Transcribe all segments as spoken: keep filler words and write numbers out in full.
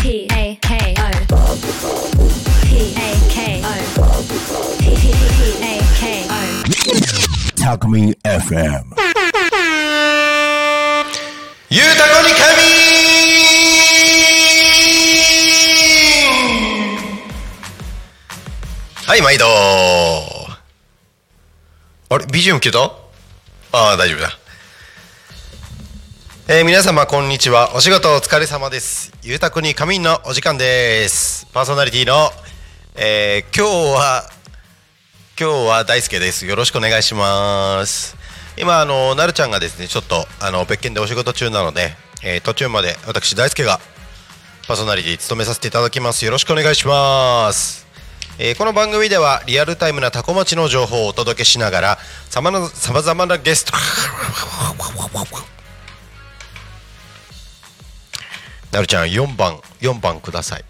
P A K O P A K O P A K O タコミン エフエムゆうたこに神はい毎度あれ ビージーエム 消えた？ああ大丈夫だ。えー、皆様こんにちは。お仕事お疲れ様です。ゆうたこに仮眠のお時間です。パーソナリティの、えー、今日は今日は大輔です。よろしくお願いします。今あのなるちゃんがですねちょっとあの別件でお仕事中なので、えー、途中まで私大輔がパーソナリティ務めさせていただきます。よろしくお願いします。えー、この番組ではリアルタイムなタコ町の情報をお届けしながらさまざまなゲストなるちゃんよんばんよんばんください。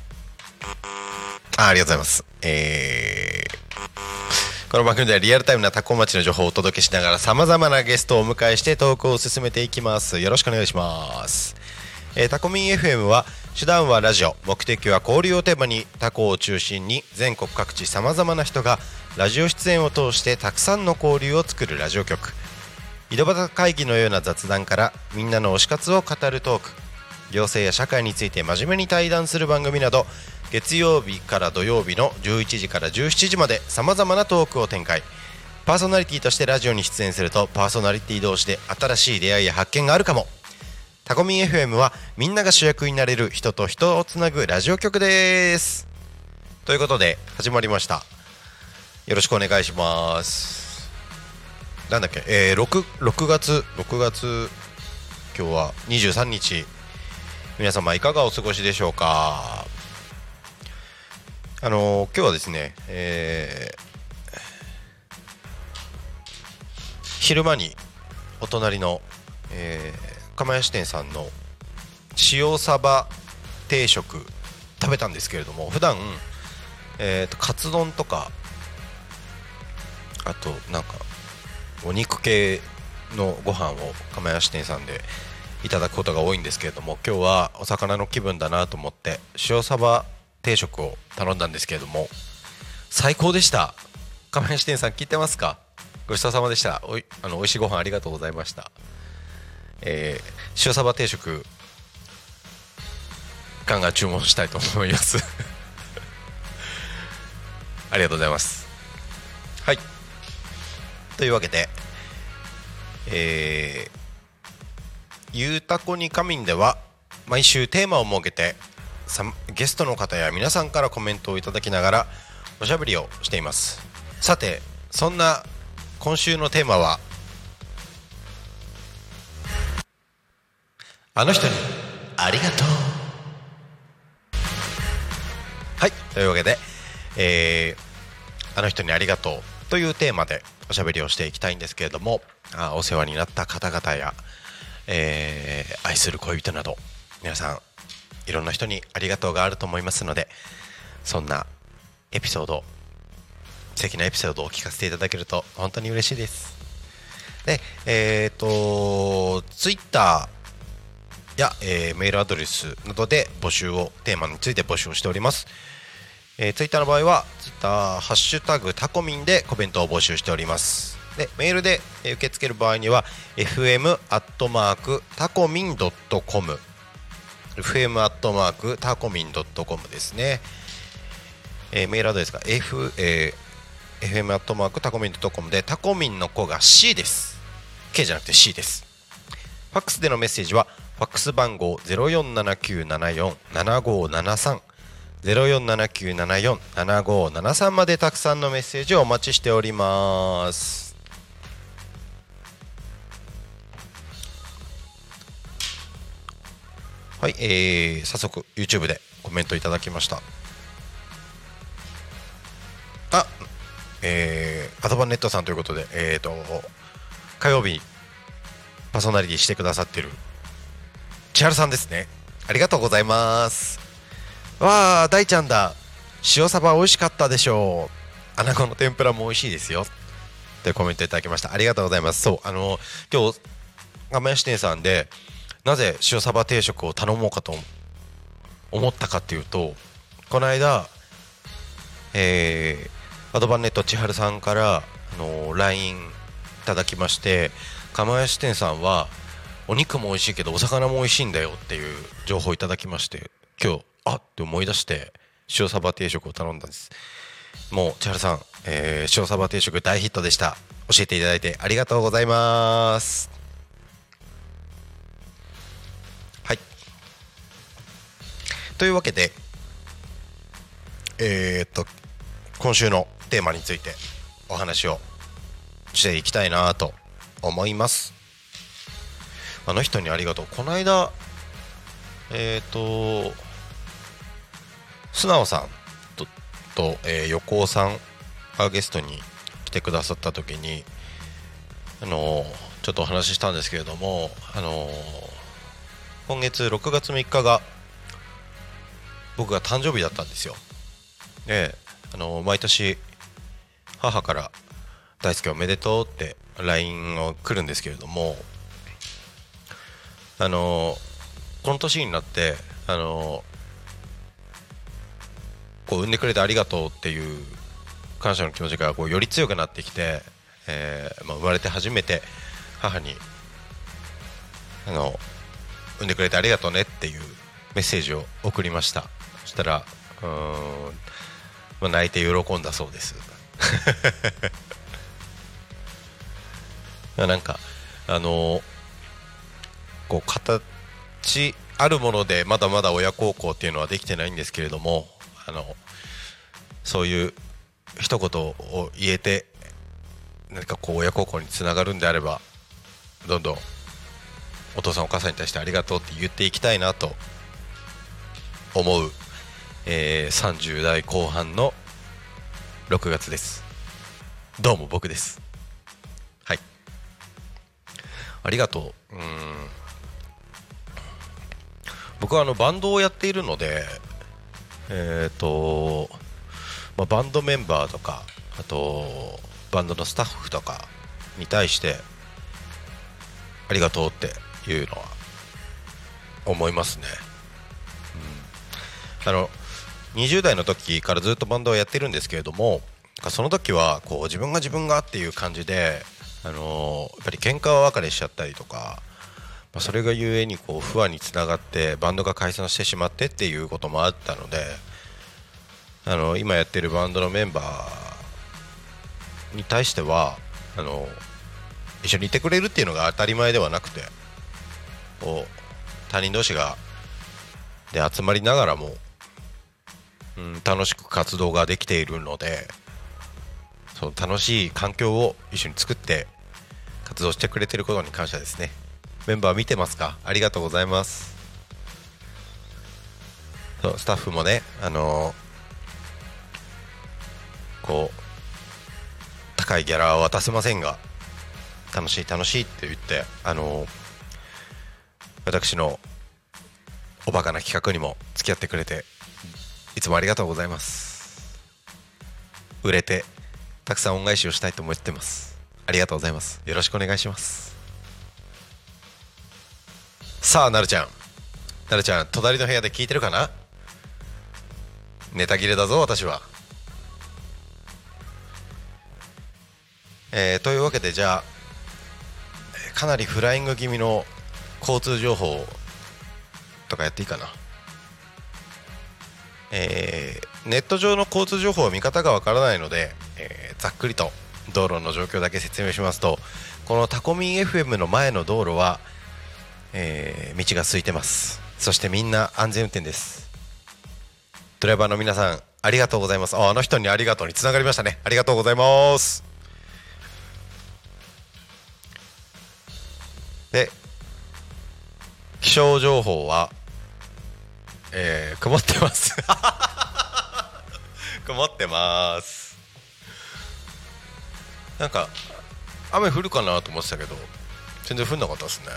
あ, ありがとうございます。えー、この番組ではリアルタイムなタコ町の情報をお届けしながらさまざまなゲストをお迎えしてトークを進めていきます。よろしくお願いします。えー、タコミン エフエム は手段はラジオ、目的は交流をテーマにタコを中心に全国各地さまざまな人がラジオ出演を通してたくさんの交流を作るラジオ局。井戸端会議のような雑談からみんなの推し活を語るトーク、行政や社会について真面目に対談する番組など月曜日から土曜日のじゅういちじからじゅうしちじまでさまざまなトークを展開。パーソナリティとしてラジオに出演するとパーソナリティ同士で新しい出会いや発見があるかも。タコミン エフエム はみんなが主役になれる人と人をつなぐラジオ局です。ということで始まりました。よろしくお願いします。なんだっけ、えー、6, 6月6月今日はにじゅうさんにち、皆様いかがお過ごしでしょうか。あのー、今日はですね、えー、昼間にお隣の、えー、釜屋支店さんの塩サバ定食食べたんですけれども、普段、えーと、カツ丼とかあとなんかお肉系のご飯を釜屋支店さんでいただくことが多いんですけれども、今日はお魚の気分だなと思って塩サバ定食を頼んだんですけれども、最高でした。釜屋支店さん聞いてますか？ごちそうさまでした。おいあの美味しいご飯ありがとうございました。えー、塩サバ定食ガンガン注文したいと思いますありがとうございます。はい、というわけで、えーゆうたこに仮眠では毎週テーマを設けてゲストの方や皆さんからコメントをいただきながらおしゃべりをしています。さてそんな今週のテーマはあの人にありがとう。はい、というわけで、えー、あの人にありがとうというテーマでおしゃべりをしていきたいんですけれども、あお世話になった方々やえー、愛する恋人など皆さんいろんな人にありがとうがあると思いますので、そんなエピソード、素敵なエピソードをお聞かせていただけると本当に嬉しいです。で、えーとツイッターや、えー、メールアドレスなどで募集をテーマについて募集をしております。えー、ツイッターの場合はツイッターハッシュタグタコミンでコメントを募集しております。でメールで受け付ける場合には エフエム アットマーク タコミン ドットコム エフエム アットマーク タコミン ドットコム ですね。えー、メールアドレスが F、えー、エフエム アットマーク タコミン ドットコム でタコミンの子が C です。 K じゃなくて C です。ファックスでのメッセージはファックス番号 ゼロよんななきゅうななよんななごななさん ゼロよんななきゅうななよんななごななさんまでたくさんのメッセージをお待ちしております。はい、えー、早速 YouTube でコメントいただきました。あ、えー、アドバンネットさんということで、えーと火曜日パーソナリティしてくださってる千春さんですね。ありがとうございます。わー、大ちゃんだ、塩サバ美味しかったでしょう、アナゴの天ぷらも美味しいですよというコメントいただきました。ありがとうございます。そう、あの今日釜屋支店さんでなぜ塩サバ定食を頼もうかと思ったかっていうと、この間、えー、アドバンネット千春さんから、あのー、ライン いただきまして、釜屋支店さんはお肉も美味しいけどお魚も美味しいんだよっていう情報をいただきまして、今日あって思い出して塩サバ定食を頼んだんです。もう千春さん、えー、塩サバ定食大ヒットでした。教えていただいてありがとうございます。はい、というわけで、えー、っと今週のテーマについてお話をしていきたいなと思います。あの人にありがとう。この間えっ、ー、と素直さんと、とえー、横尾さんがゲストに来てくださった時に、あのー、ちょっとお話ししたんですけれども、あのー、今月ろくがつみっかが僕が誕生日だったんですよ。で、あのー、毎年母から大輔おめでとうって ライン を来るんですけれども、あのー、この年になってあのー、こう産んでくれてありがとうっていう感謝の気持ちがこうより強くなってきて、えーまあ、生まれて初めて母にあの産んでくれてありがとうねっていうメッセージを送りました。そしたらうーん、まあ、泣いて喜んだそうですなんかあのーこう形あるものでまだまだ親孝行っていうのはできてないんですけれども、あのそういう一言を言えて何かこう親孝行につながるんであれば、どんどんお父さんお母さんに対してありがとうって言っていきたいなと思う、えー、さんじゅう代後半のろくがつです。どうも僕です。はい、ありがとう。うーん、僕はあのバンドをやっているので、えーとまあ、バンドメンバーとか、あとバンドのスタッフとかに対してありがとうっていうのは思いますね。うん、あのにじゅう代の時からずっとバンドをやってるんですけれども、その時はこう自分が自分がっていう感じで、あのー、やっぱり喧嘩別れしちゃったりとか、まあ、それがゆえにこう不和につながってバンドが解散してしまってっていうこともあったので、あの今やってるバンドのメンバーに対してはあの一緒にいてくれるっていうのが当たり前ではなくて、こう他人同士がで集まりながらも、うん、楽しく活動ができているので、その楽しい環境を一緒に作って活動してくれてることに感謝ですね。メンバー見てますか？ありがとうございます。そうスタッフもね、あのー、こう高いギャラは渡せませんが楽しい楽しいって言って、あのー、私のおバカな企画にも付き合ってくれていつもありがとうございます。売れてたくさん恩返しをしたいと思ってます。ありがとうございます。よろしくお願いします。さあなるちゃん、なるちゃん隣の部屋で聞いてるかな？ネタ切れだぞ私は。えー、というわけで、じゃあかなりフライング気味の交通情報とかやっていいかな。えー、ネット上の交通情報は見方がわからないので、えー、ざっくりと道路の状況だけ説明しますと、このタコミン エフエム の前の道路は、えー、道が空いてます。そしてみんな安全運転です。ドライバーの皆さんありがとうございます。あ、あの人にありがとうにつながりましたね。ありがとうございます。で、気象情報は、えー、曇ってます曇ってます。なんか雨降るかなと思ってたけど全然降んなかったですね。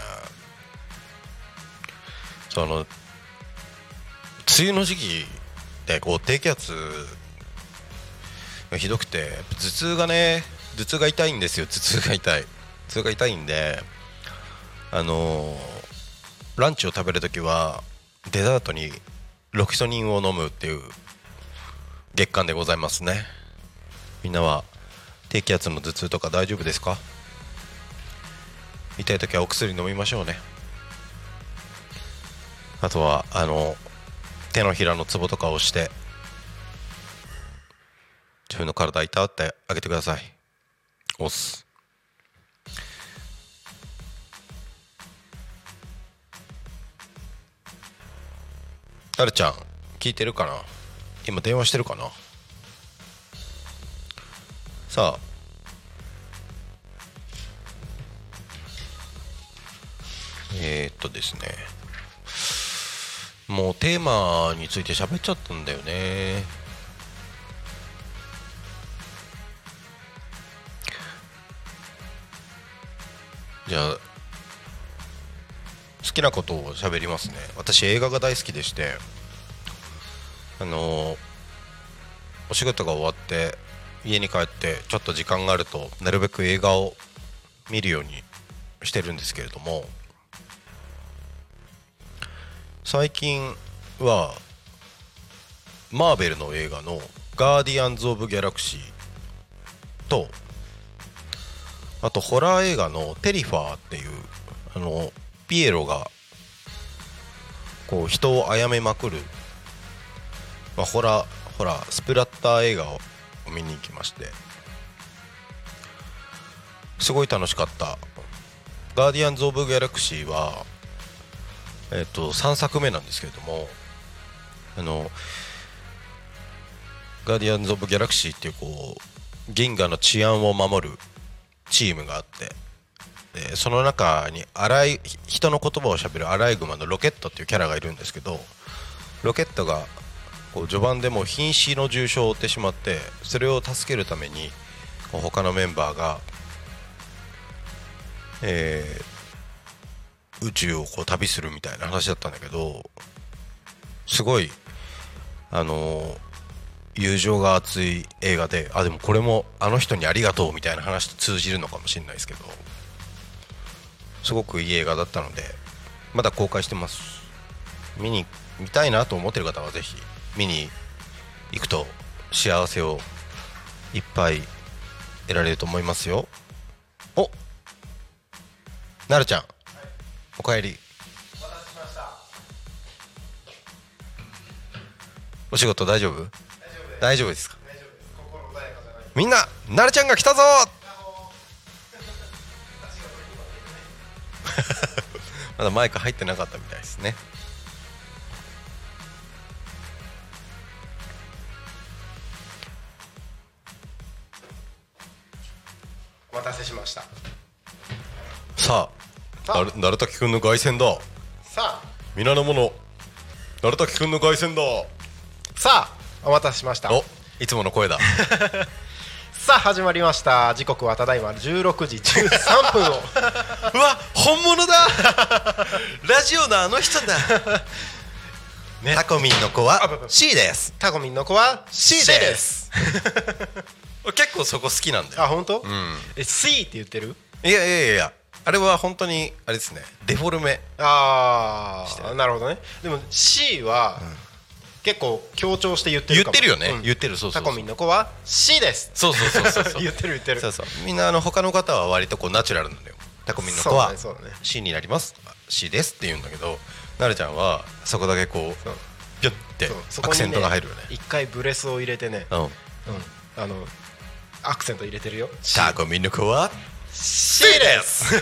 その梅雨の時期でこう低気圧がひどくて頭痛がね頭痛が痛いんですよ。頭痛が痛い頭痛が痛いんで、あのー、ランチを食べるときはデザートにロキソニンを飲むっていう月間でございますね。みんなは低気圧の頭痛とか大丈夫ですか？痛い時はお薬飲みましょうね。あとはあの手のひらのツボとかを押して自分の体いたわってあげてください。押す。なるちゃん聞いてるかな？今電話してるかな？さあえー、っとですねもうテーマについて喋っちゃったんだよね。じゃあ好きなことを喋りますね。私映画が大好きでして、あのー、お仕事が終わって家に帰ってちょっと時間があるとなるべく映画を見るようにしてるんですけれども、最近はマーベルの映画のガーディアンズ・オブ・ギャラクシーと、あとホラー映画のテリファーっていうあのピエロがこう人を殺めまくる、まあ、ホラーホラースプラッター映画を見に行きまして、すごい楽しかった。ガーディアンズ・オブ・ギャラクシーはえっとさんさくめなんですけれども、あのガーディアンズ・オブ・ギャラクシーっていうこう銀河の治安を守るチームがあって、でその中にアライ人の言葉をしゃべるアライグマのロケットっていうキャラがいるんですけど、ロケットがこう序盤でもう瀕死の重傷を負ってしまって、それを助けるために他のメンバーが、えー、宇宙をこう旅するみたいな話だったんだけど、すごいあのー、友情が熱い映画で、あでもこれもあの人にありがとうみたいな話と通じるのかもしれないですけど、すごくいい映画だったのでまだ公開してます。見に見たいなと思ってる方はぜひ見に行くと幸せをいっぱい得られると思いますよ。お、なるちゃん、はい、おかえり。 お待たせしました。 お仕事大丈夫？大丈夫ですか？ 大丈夫です。心穏やかじゃない。 みんな、なるちゃんが来たぞまだマイク入ってなかったみたいですね。 お待たせしました。 さあ、なる鳴滝くんの凱旋だ。 さあ皆の者、鳴滝くんの凱旋だ。 さあお待たせしました。 お、いつもの声ださあ始まりました。時刻はただいまじゅうろくじじゅうさんぷんをうわ、本物だラジオのあの人だね、タコミンの子は C です。 タコミンの子は C です結構そこ好きなんだよ。 あ、本当？ うん、 え C って言ってる？ いやいやいや、あれは本当にあれですね、デフォルメ。 ああ、なるほどね。でも C は、うん、結構強調して言ってるかも。 言ってるよね、うん、言ってる。そうそうそう、 タコミンの子は C です。 そうそうそうそうそう言ってる言ってる。 そうそう、みんなあの他の方は割とこうナチュラルなんだよ。タコミンの子は C になります、C ですって言うんだけど、なるちゃんはそこだけこうピュッてアクセントが入るよね。 一回ブレスを入れてね、うん、うん、あのアクセント入れてるよ。 タコミンの子は C です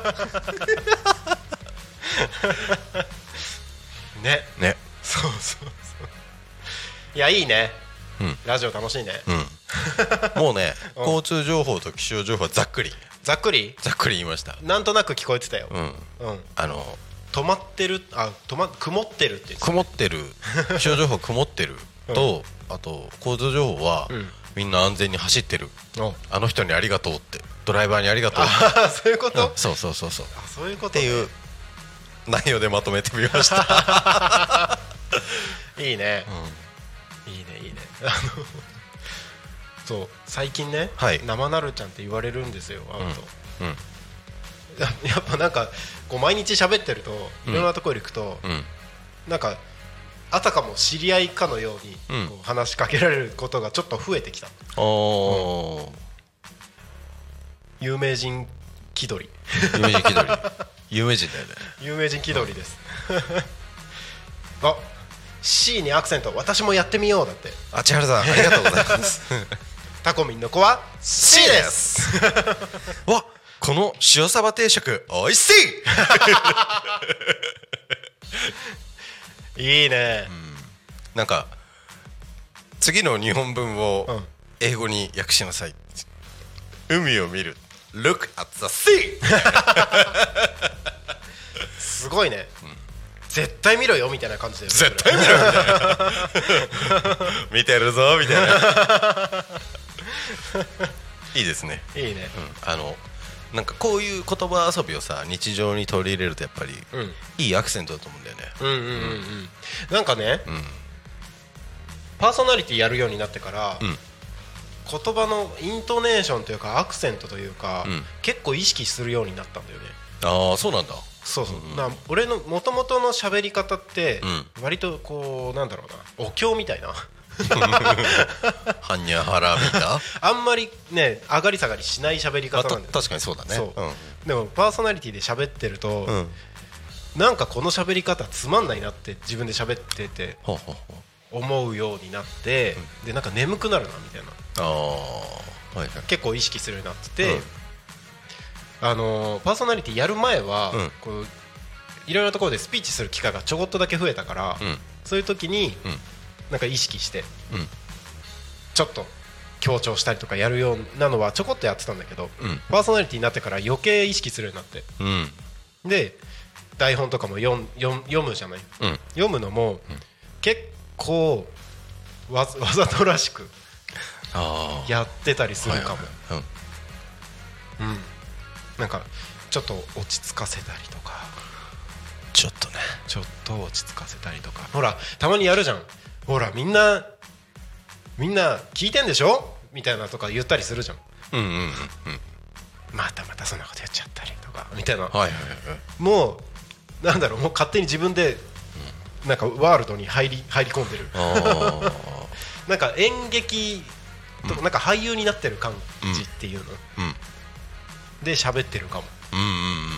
ねね、 そうそうそう。いや、いいね、うん、ラジオ楽しいね、 うん、もうね、うん、交通情報と気象情報はざっくりざっくりざっくり言いました。 なんとなく聞こえてたよ。うん、うん、 あの止まってる、あ、止ま曇ってるって言ってた、ね、 曇ってる気象情報曇ってると、うん、あと交通情報は、うん、みんな安全に走ってる、あの人にありがとうって、ドライバーにありがとうって。 あ、そういうこと、うん、 そうそうそうそう、 あ、そういうこと、ね、 っていう内容でまとめてみましたいいね、うん、いいねいいね。あのそう最近ね、はい、生なるちゃんって言われるんですよ、会うと、うんうん、や, やっぱなんかこう毎日喋ってるといろんなところ行くと、うん、なんかあたかも知り合いかのようにこう話しかけられることがちょっと増えてきた、 おー、 有名人気取り有名人気取り有名人だよね。 有名人気取りですあ、C にアクセント、私もやってみようだって。 あ、千原さんありがとうございますタコミンの子は C ですわ、この塩サバ定食おいしいいいね、 うん、なんか次の日本文を英語に訳しなさい、うん、海を見る Look at the sea すごいね、うん、絶対見ろよみたいな感じで、 絶対見ろよみたいな見てるぞみたいないいですね、 いいね、 うん、あのなんかこういう言葉遊びをさ日常に取り入れるとやっぱり、うん、いいアクセントだと思うんだよね。 うんうんうんうん、なんかね、うん、パーソナリティやるようになってから、うん、言葉のイントネーションというかアクセントというか、うん、結構意識するようになったんだよね。 ああ、そうなんだ。 そうそう、うん、な俺の元々の喋り方って割とこうなんだろうな、お経みたいなはんにゃはらみたあんまりね上がり下がりしない喋り方なんだよ、ね、 確かにそうだね。そう、うん、 でもパーソナリティで喋ってると、うん、なんかこの喋り方つまんないなって自分で喋ってて思うようになって、うん、でなんか眠くなるなみたいな、あ、はいはい、結構意識するようになってて、うん、あのー、パーソナリティやる前は、うん、こういろいろなところでスピーチする機会がちょこっとだけ増えたから、うん、そういう時に、うん、なんか意識して、うん、ちょっと強調したりとかやるようなのはちょこっとやってたんだけど、うん、パーソナリティになってから余計意識するようになって、うん、で台本とかも読む、読むじゃない、うん、読むのも、うん、結構わざ、わざとらしくやってたりするかも、はいはい、うん、うん、なんかちょっと落ち着かせたりとか、 ちょっとねちょっと落ち着かせたりとか、ほらたまにやるじゃん、ほらみんなみんな聞いてんでしょみたいなとか言ったりするじゃん、うんうんうんうん、またまたそんなことやっちゃったりとかみたいな、はいはいはい、もうなんだろう、もう勝手に自分でなんかワールドに入り入り込んでるなんか演劇となんか俳優になってる感じっていうの、うんうん、で喋ってるかも、うんうんうん、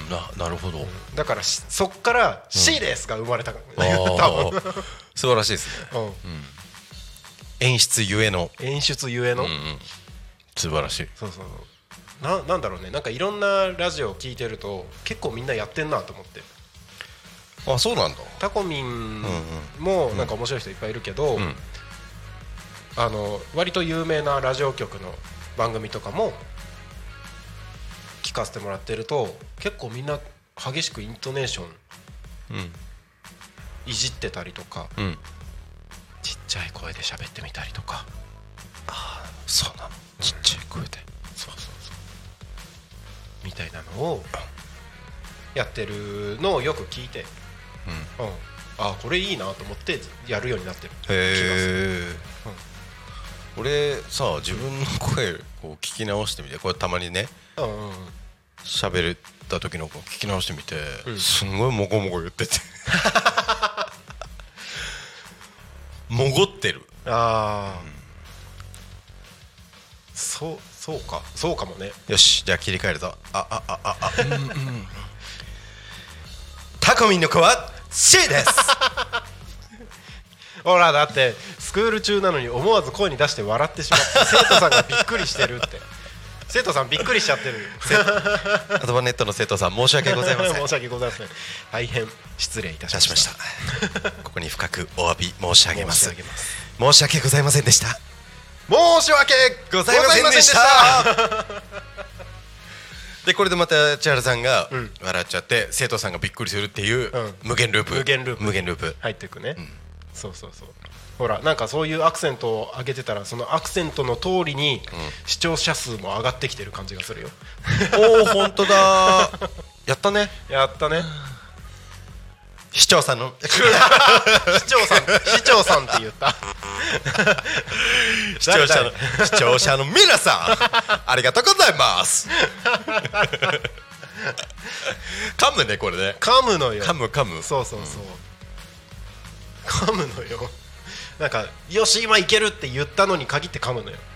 な, なるほど、うん、 だからそっから C ですが生まれたから、 うん、多分素晴らしいですね、うんうん、演出ゆえの演出ゆえの、うんうん、 素晴らしい。 そうそうな, なんだろうね、なんかいろんなラジオを聞いてると結構みんなやってんなと思って。 あ、そうなんだ。 タコミンもなんか面白い人いっぱいいるけど、うん、あの割と有名なラジオ局の番組とかも聞かせてもらってると結構みんな激しくイントネーション、うん、いじってたりとか、うん、ちっちゃい声で喋ってみたりとか。 ああ、そうなの、ちっちゃい声で、 そうそうそうみたいなのをやってるのをよく聞いて、うんうん、あ、これいいなと思ってやるようになってる。へー、うん、俺さ、自分の声こう聞き直してみて、これたまにね喋、うんうん、った時の聞き直してみて、うん、すんごいもごもご言っててもごってる。ああ、うん、 そうそうか、そうかもね。 よし、じゃあ切り替えるぞ。あああああうん、うん、タコミンの子は C ですほらだってスクール中なのに思わず声に出して笑ってしまった生徒さんがびっくりしてるって。生徒さんびっくりしちゃってるよアドバネットの生徒さん、申し訳ございません申し訳ございません。大変失礼いたしました。しましたここに深くお詫び申し上げます。申し上げます。申し訳ございませんでした。 申し訳ございませんでしたでこれでまた千原さんが笑っちゃって、うん、生徒さんがびっくりするっていう、うん、無限ループ無限ループ無限ループ入っていくね、うん、そうそうそう。ほらなんかそういうアクセントを上げてたら、そのアクセントの通りに視聴者数も上がってきてる感じがするよ、 うん、おお本当だやったねやったね。 市長さんの市長さん市長さんって言った視聴者の視聴者の皆さんありがとうございます噛むねこれね。 噛むのよ。 噛む噛む。 そうそうそう、 噛むのよ。なんかよし今いけるって言ったのに限って噛むのよ。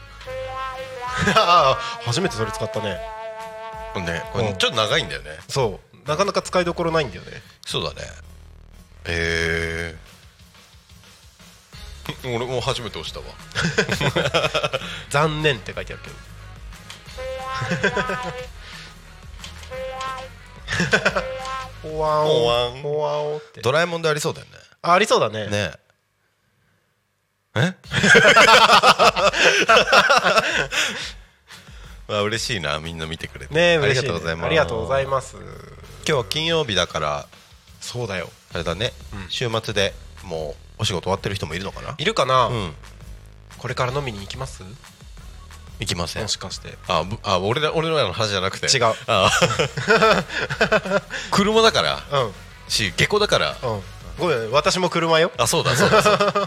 あ初めてそれ使ったね。 ね、これちょっと長いんだよね。 そうなかなか使いどころないんだよね。 そうだね。へえ俺も初めて押したわ。 残念って書いてあるけど。ほわんほわんほわおって。 ドラえもんでありそうだよね。 あ、ありそうだね。 ねえまあ嬉しいな、みんな見てくれてね。嬉しいね。 ありがとうございます。 ありがとうございます。 今日は金曜日だから。 そうだよ。 あれだね、うん、週末でもうお仕事終わってる人もいるのかな。 いるかな、 うん、 これから飲みに行きます？ 行きません。 もしかしてああ俺ら俺らの話じゃなくて違う。 あ車だから、 うん、 し下戸だから、 うん、ごめん私も車よ。 あそうだそうだそうだ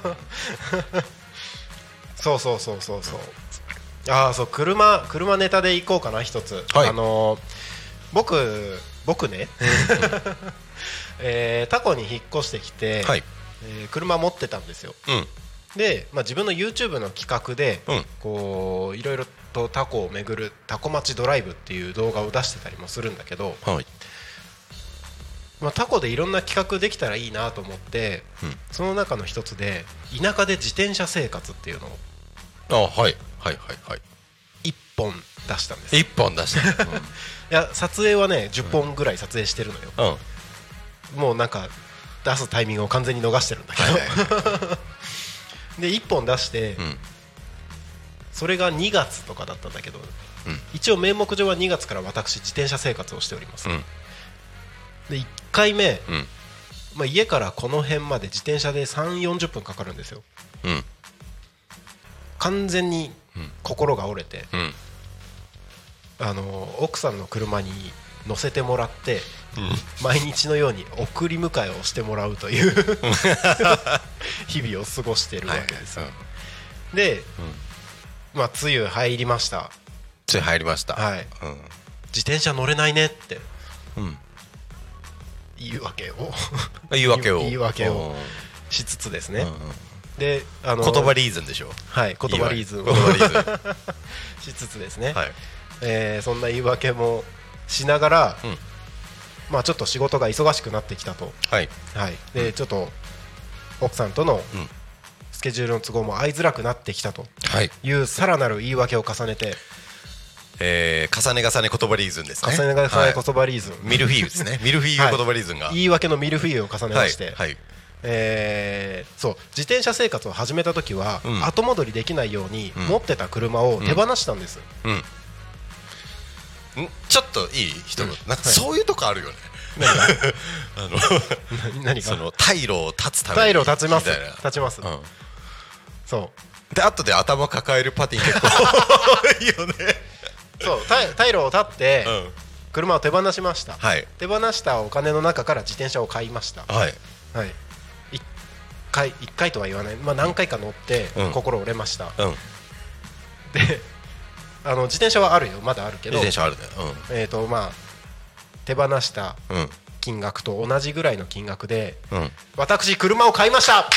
そうそうそうそうそう。ああそう車車ネタで行こうかな一つ、 はい、 あのー、僕僕ね、えー、タコに引っ越してきて、 はい、 えー、車持ってたんですよ、 うん、 で、まあ、自分の YouTube の企画で、うん、こういろいろとタコを巡るタコ町ドライブっていう動画を出してたりもするんだけど、 はい、 まあ、タコでいろんな企画できたらいいなと思って、うん、その中の一つで田舎で自転車生活っていうのをあ、はい、はいはいはいいっぽん出したんです。 いっぽん出した、うん、いや撮影はねじゅっぽんぐらい撮影してるのよ、うん、もうなんか出すタイミングを完全に逃してるんだけど、はいはい、でいっぽん出して、うん、それがにがつとかだったんだけど、うん、一応名目上はにがつから私自転車生活をしております、うん、でいっかいめ、うん、まあ、家からこの辺まで自転車でさんじゅうよんじゅっぷんかかるんですよ、うん、完全に心が折れて、うん、あの奥さんの車に乗せてもらって、うん、毎日のように送り迎えをしてもらうという日々を過ごしているわけですよ、はいはい、で、うん、まあ梅雨入りました。 梅雨入りました、 はい、うん、自転車乗れないねって、うん、言い訳を言い訳を言い訳をしつつですね、うんうん、であの言葉リーズンでしょ。 はい、言葉リーズンを言葉リーズンしつつですね、 はい、 えー、そんな言い訳もしながら、うん、まあ、ちょっと仕事が忙しくなってきたと、はいはい、でちょっと奥さんとのスケジュールの都合も合いづらくなってきたというさらなる言い訳を重ねて、 えー、重ね重ね言葉リーズンですね。 重ね重ね言葉リーズン、はい、 ミルフィーユですね。ミルフィーユ言葉リーズンが、 はい、言い訳のミルフィーユを重ねまして、はいはい、えー、そう自転車生活を始めた時は、うん、後戻りできないように、うん、持ってた車を手放したんです、うんうんんちょっといい人、うん、なんかそういうとこあるよね、 はい、 あの何かその退路を断つために退路を断ちます断ちます、うん、 そうで後で頭抱えるパティ結構いいよね。 そう退路を断って車を手放しました、はい、手放したお金の中から自転車を買いました、はいはい、いっかいいっかいとは言わない、まあ、何回か乗って心折れました、うん、であの自転車はあるよ、まだあるけど、 自転車あるね、 うん、えーとまあ手放した金額と同じぐらいの金額で、うん、私車を買いました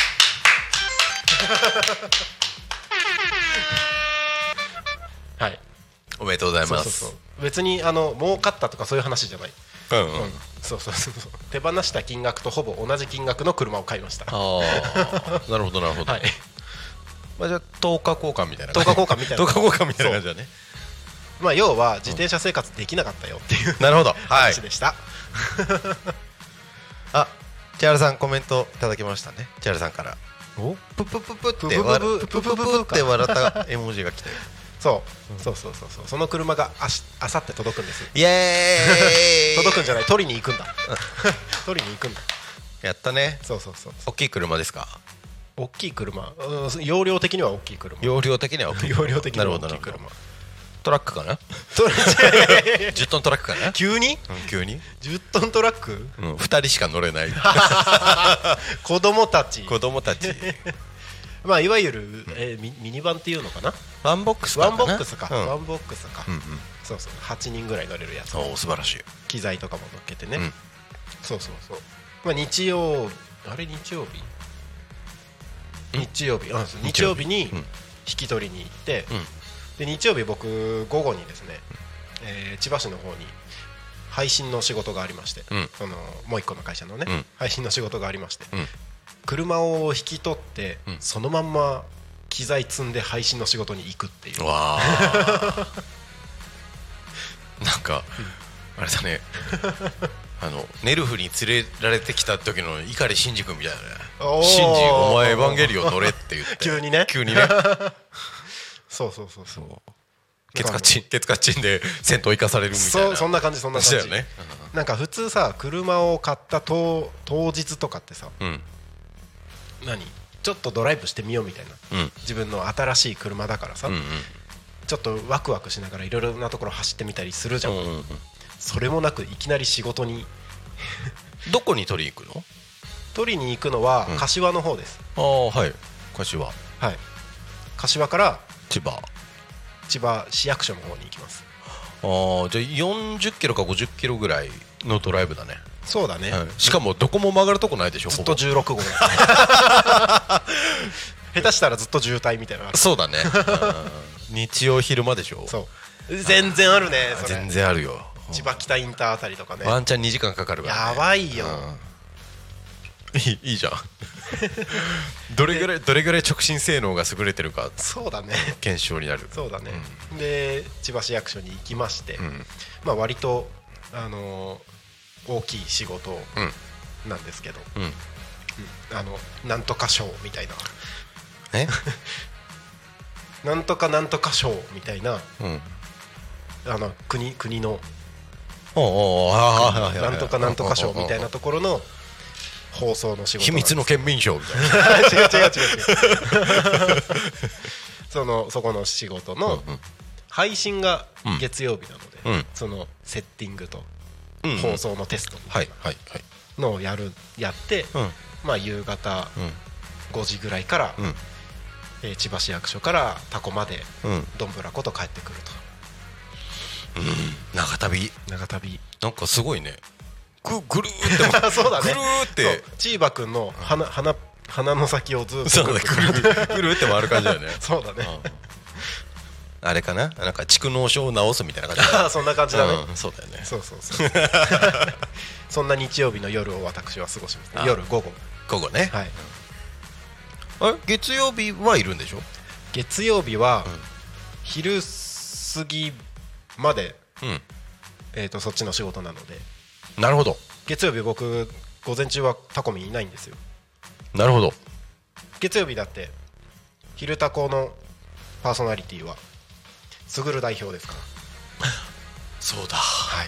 はい、 おめでとうございます。 そうそうそう、別にあの儲かったとかそういう話じゃない、うんうんうん、そうそうそう、手放した金額とほぼ同じ金額の車を買いました。あなるほどなるほど、はい、まあ、じゃあとおか交換みたいな、 とおか交換みたいなとおか交換みたいな感じだね。 まあ、要は自転車生活できなかったよっていう、 うん、なるほど話でした、はい、 あ、千原さんコメントいただきましたね。千原さんからおププププって笑って笑った絵文字が来てそう、うん、そうそうそうそう、その車があしあさって届くんです。 イエーイ届くんじゃない、取りに行くんだ取りに行くんだ。 やったね。 そうそうそう、 大きい車ですか。 大きい車、うん、容量的には大きい車。 容量的には大きい容量的には大きい車。 トラックかなじゅっトントラックかな急に、 うん、急にじゅっトントラック、 うん、ふたりしか乗れない子供たち子供たちまあいわゆる、えー、ミ, ミニバンっていうのかな、 ワンボックスかな、 ワンボックスか、うん、ワンボックスか、 うんうん、 そうそう、はちにんぐらい乗れるやつ。 お素晴らしい。 機材とかも乗っけてね、うん、そうそうそう、まあ、日曜あれ日曜日日曜日、あ、日曜日に引き取りに行って、うん、で日曜日僕午後にですね、えー、千葉市の方に配信の仕事がありまして、うん、そのもう一個の会社のね、うん、配信の仕事がありまして、うん、車を引き取って、うん、そのまんま機材積んで配信の仕事に行くっていう。わなんか、うん、あれだねあのネルフに連れられてきた時の碇シンジ君みたいなね。シンジお前エヴァンゲリオン乗れって言って急にね急にねそうそうそうそう、 ケツカッチンケツカッチンで戦闘生かされるみたいな。 そう、そんな感じそんな感じだよね。なんか普通さ車を買った当当日とかってさ、うん、何ちょっとドライブしてみようみたいな、うん、自分の新しい車だからさ、うんうん、ちょっとワクワクしながらいろいろなところ走ってみたりするじゃん、うんうんうん、それもなくいきなり仕事にどこに取りに行くの？ 取りに行くのは柏の方です、 うん、ああはい柏、はい、 柏から千葉千葉市役所の方に行きます。 ああじゃあよんじゅっキロかごじゅっキロぐらいのドライブだね。 そうだね、 はい、しかもどこも曲がるとこないでしょ。 ずっとじゅうろくご下手したらずっと渋滞みたいな。 そうだね日曜昼間でしょ。 そう全然あるねそれ。 全然あるよ。 千葉北インターあたりとかねワンチャンにじかんかかるから、ね、 やばいよ、 うん、いい、いいじゃんどれぐらいどれぐらい直進性能が優れてるか。 そうだね検証になる。 そうだね、うん、で千葉市役所に行きまして、うん、まあ割とあのー、大きい仕事なんですけど、うんうん、あのなんとか賞みたいなえなんとかなんとか賞みたいな、うん、あの国国のなんとかなんとか賞みたいなところの放送の仕事。 秘密の県民賞みたいな違う違う違う違うそのそこの仕事の配信が月曜日なので、うん、そのセッティングと放送のテストみたいなのをやるやって、うん、まあ夕方ごじぐらいから、うんえー、千葉市役所からタコまでどんぶらこと帰ってくると。 うん、長旅長旅なんかすごいね。ぐぐるーってそうだね。 ぐるーってチーバくんの鼻鼻鼻の先をずっとぐるぐるって回る感じだよねそうだね、 うん、あれかななんか蓄膿症を治すみたいな感じだ、 ね、そんな感じだね、 うん、そうだよね。 そうそうそうそんな日曜日の夜を私は過ごします、ね、夜午後午後ね、 はい、 あれ月曜日はいるんでしょ。 月曜日は昼過ぎまで、うんえー、とそっちの仕事なので。 なるほど。 月曜日僕午前中はタコミいないんですよ。 なるほど。 月曜日だって昼タコのパーソナリティはすぐる代表ですからそうだ、 はい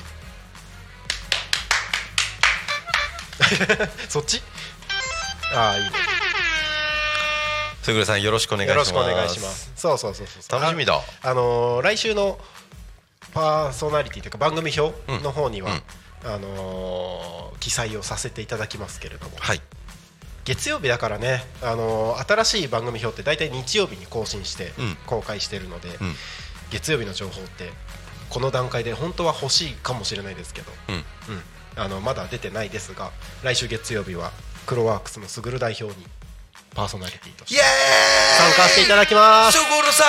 そっちああいいね。 すぐるさんよろしくお願いします。 よろしくお願いします。そうそうそうそう楽しみだ。 あ、あのー、来週のパーソナリティというか番組表の方には、うんうんあのー、記載をさせていただきますけれども、はい、月曜日だからね、あのー、新しい番組表って大体日曜日に更新して公開しているので、うん、月曜日の情報ってこの段階で本当は欲しいかもしれないですけど、うんうん、あのまだ出てないですが、来週月曜日はクロワークスのすぐる代表にパーソナリティとして参加していただきます。 すぐるさ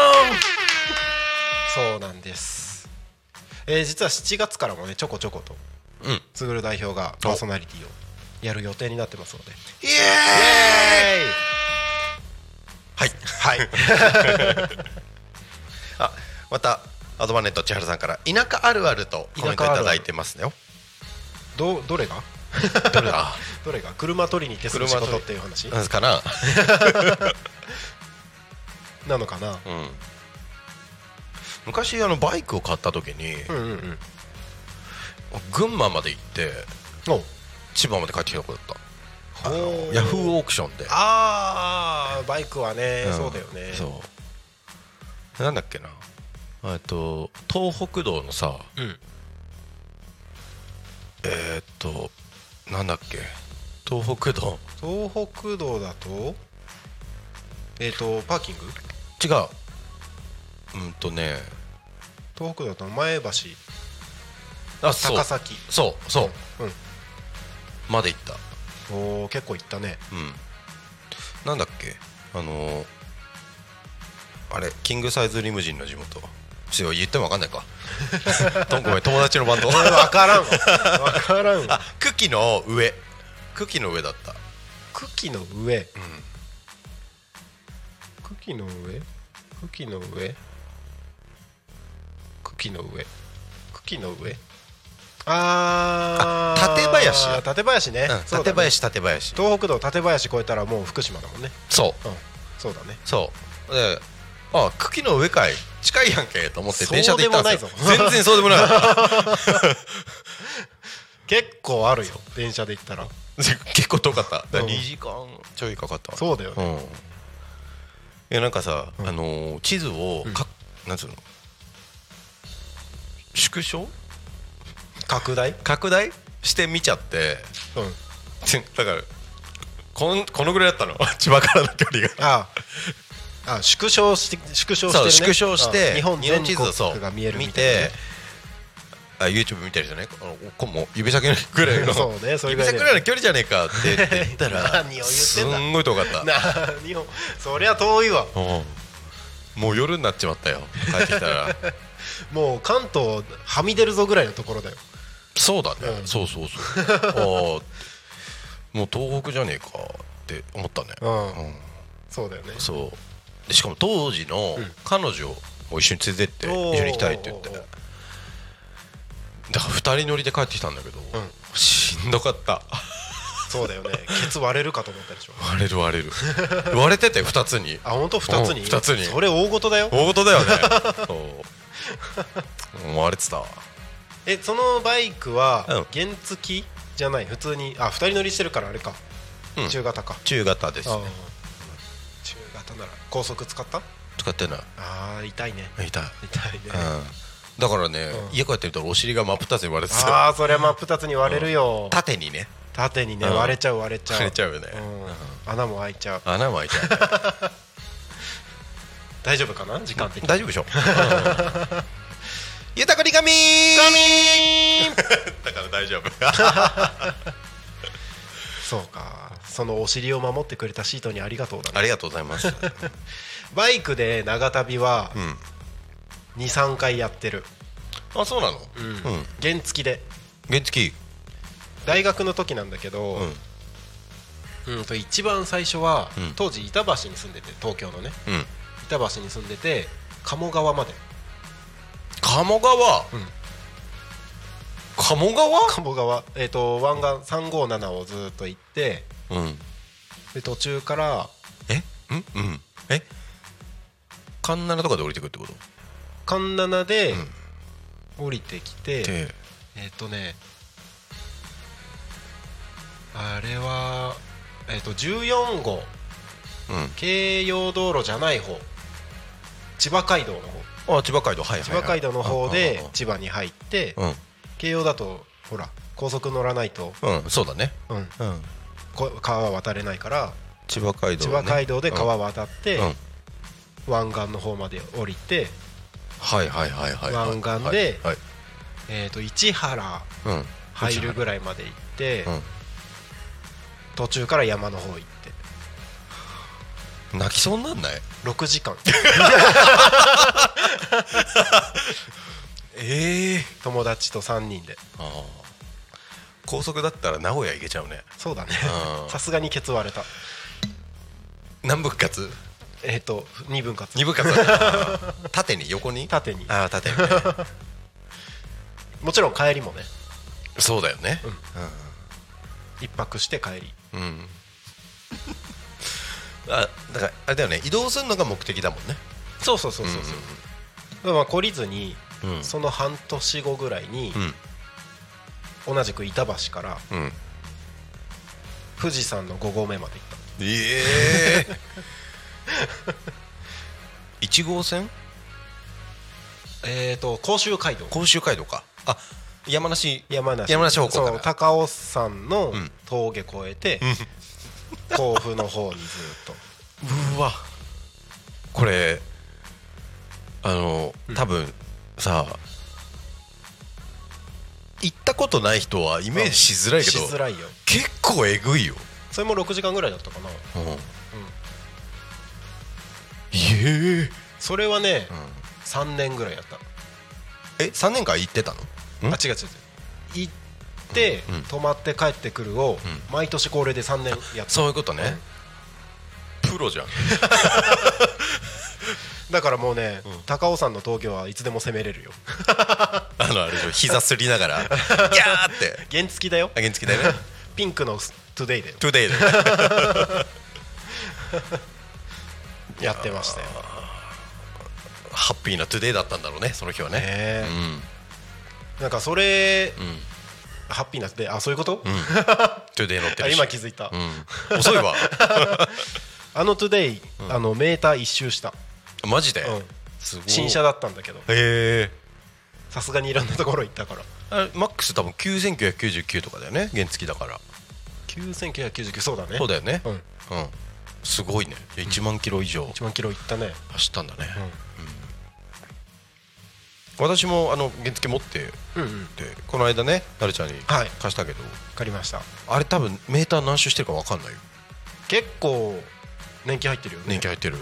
んそうなんです。えー、実はしちがつからもねちょこちょことすぐる代表がパーソナリティをやる予定になってますので、 イエーイはいはいあまたアドバネット千春さんから田舎あるあるとコメントいただいてますよ。 どどれがどれだどれが車取りに行ってする仕事っていう話かななのかな、うん昔あのバイクを買った時に、うんうんうん、群馬まで行って千葉まで帰ってきたことだった。あのヤフーオークションで。 あーバイクはね、うん、そうだよね。 そうなんだっけなえと東北道のさ、うん、えー、っとなんだっけ東北道東北道だとえー、っとパーキング違ううんとね東北だと前橋あ高崎そうそう、うんうん、まで行った。 おー結構行ったね、 うん、 なんだっけあのー、あれキングサイズリムジンの地元ちょっと言っても分かんないかごめん友達のバンド分からんわ分からんわあ茎の上茎の上だった茎の上、うん、茎の上茎の上茎の上茎の上ああ館林館林ね、 うん、館林館林東北道館林越えたらもう福島だもんねそう、 うん、そうだねそうであ茎の上かい近いやんけと思って電車で行ったんですよそうでもないぞ全然そうでもなかった結構あるよ電車で行ったら結構遠かっただうん、 にじかんちょいかかったそうだよね、うん、 いやなんかさ、うん、あのー、地図をか、うん、なんつうの縮小拡大拡大して見ちゃって、 うん、 だからこの、このぐらいだったの千葉からの距離があああ縮小して縮小してるね縮小して日本全国が見えるみたいな、ね、 あ YouTube 見たりじゃないあのこも指先ぐらいのそう、ね、それぐらい指先ぐらいの距離じゃねえかって言ったら何を言ってんだすんごい遠かった何をそりゃ遠いわ、 うん、もう夜になっちまったよ帰ってきたらもう関東はみ出るぞぐらいのところだよそうだね、うん、そうそうそうあもう東北じゃねえかって思ったね、 うんうん、そうだよねそうでしかも当時の彼女を一緒に連れてって一緒に行きたいって言ってだからふたり乗りで帰ってきたんだけど、うん、しんどかったそうだよねケツ割れるかと思ったでしょ割れる割れる割れててふたつにあ本当ふたつにふたつにそれ大事だよ大事だよねそう割れてたえそのバイクは原付きじゃない普通にあふたり乗りしてるからあれか、うん、中型か中型ですね中型なら高速使った使ってないあー痛いね痛い痛いね、 うん、 だからね、うん、家帰ってみたらお尻が真っ二つに割れてたああそれは真っ二つに割れるよ、 うん、縦にね縦にね、うん、割れちゃう割れちゃう割れちゃうよね、 うん、穴も開いちゃう穴も開いちゃう、ね、 大丈夫かな時間的に大丈夫でしょ、うんゆたこりがみーだから大丈夫そうかそのお尻を守ってくれたシートにありがとうだねありがとうございますバイクで長旅は にさんかいやってる、 うん、あそうなの、 うんうん、原付で原付大学の時なんだけど、うんうん、と一番最初は、うん、当時板橋に住んでて東京のね、うん、板橋に住んでて鴨川まで鴨川、うん、鴨川鴨川えっ、ー、と湾岸さんごーななをずっと行って、うん、で途中からえんうんえ環七とかで降りてくるってこと環七で降りてきて、うん、えっ、ー、とねあれはえっ、ー、とじゅうよんごう、うん、京葉道路じゃない方千葉街道の方あ千葉街道、はいはいはい、 千葉街道の方で千葉に入って、うん、京葉だとほら高速乗らないと、 うん、そうだね、 うんうん、川渡れないから千葉街道、ね、 千葉街道で川渡って、うん、湾岸の方まで降りて、 はいはいはいはい、 湾岸で、はいはい、えーと市原入るぐらいまで行って、うん、途中から山の方行って泣きそうになんないろくじかんええー、 友達とさんにんであ高速だったら名古屋行けちゃうねそうだねさすがにケツ割れた何分割えっ、ー、とにぶん割にぶん割縦に横に縦にあ縦に、ね、 もちろん帰りもねそうだよね、うんうん、 一泊して帰りうんあだからあれだよね移動するのが目的だもんねそうそうそうそうそう、うんうん、まあ懲りずに、うん、その半年後ぐらいに、うん、同じく板橋から、うん、富士山のご合目まで行ったええー、いち号線えっと甲州街道甲州街道かあ山梨山梨山梨方向からそう高尾山の峠越えて、うん甲府の方にずっとうわこれあの多分、うん、さ行ったことない人はイメージしづらいけど、 しづらいよ結構えぐいよそれもろくじかんぐらいだったかな、うんうん、 えそれはね、うん、さんねんぐらいやった。 えさんねんかん行ってたの？ あ違う違う違う、行って、うん、泊まって帰ってくるを、うん、毎年恒例でさんねんやった。 そういうことね、うん、プロじゃんだからもうね、うん、高尾山の峠はいつでも攻めれるよあのあれでしょ、膝すりながらギャーって原付だよ。 原付だよねピンクのトゥデイだよ。 トゥデイだよやってましたよ。 ハッピーなトゥデイだったんだろうね、その日はね。ね、うん、 なんかそれ、うん、ハッピーなトゥデイ、あそういうこと、うん、 トゥデイ乗ってるし今気づいた、 うん、遅いわあのトゥデイ、うん、あのメーター一周した。 マジで、 うん、すごい新車だったんだけど、 へえ、 さすがにいろんなところ行ったから。 あマックス多分きゅうせんきゅうひゃくきゅうじゅうきゅうとかだよね、原付だから。 きゅうせんきゅうひゃくきゅうじゅうきゅう、そうだね。 そうだよね、 うん、うん、 すごいね。いちまんキロ以上、うん、 いちまんキロ行ったね。 走ったんだね、うんうん、私もあの原付持って、うんうん、でこの間ねなるちゃんに貸したけど、はい、 借りました。 あれ多分メーター何周してるか分かんないよ。 結構年季入ってるよね。 年季入ってる、うん、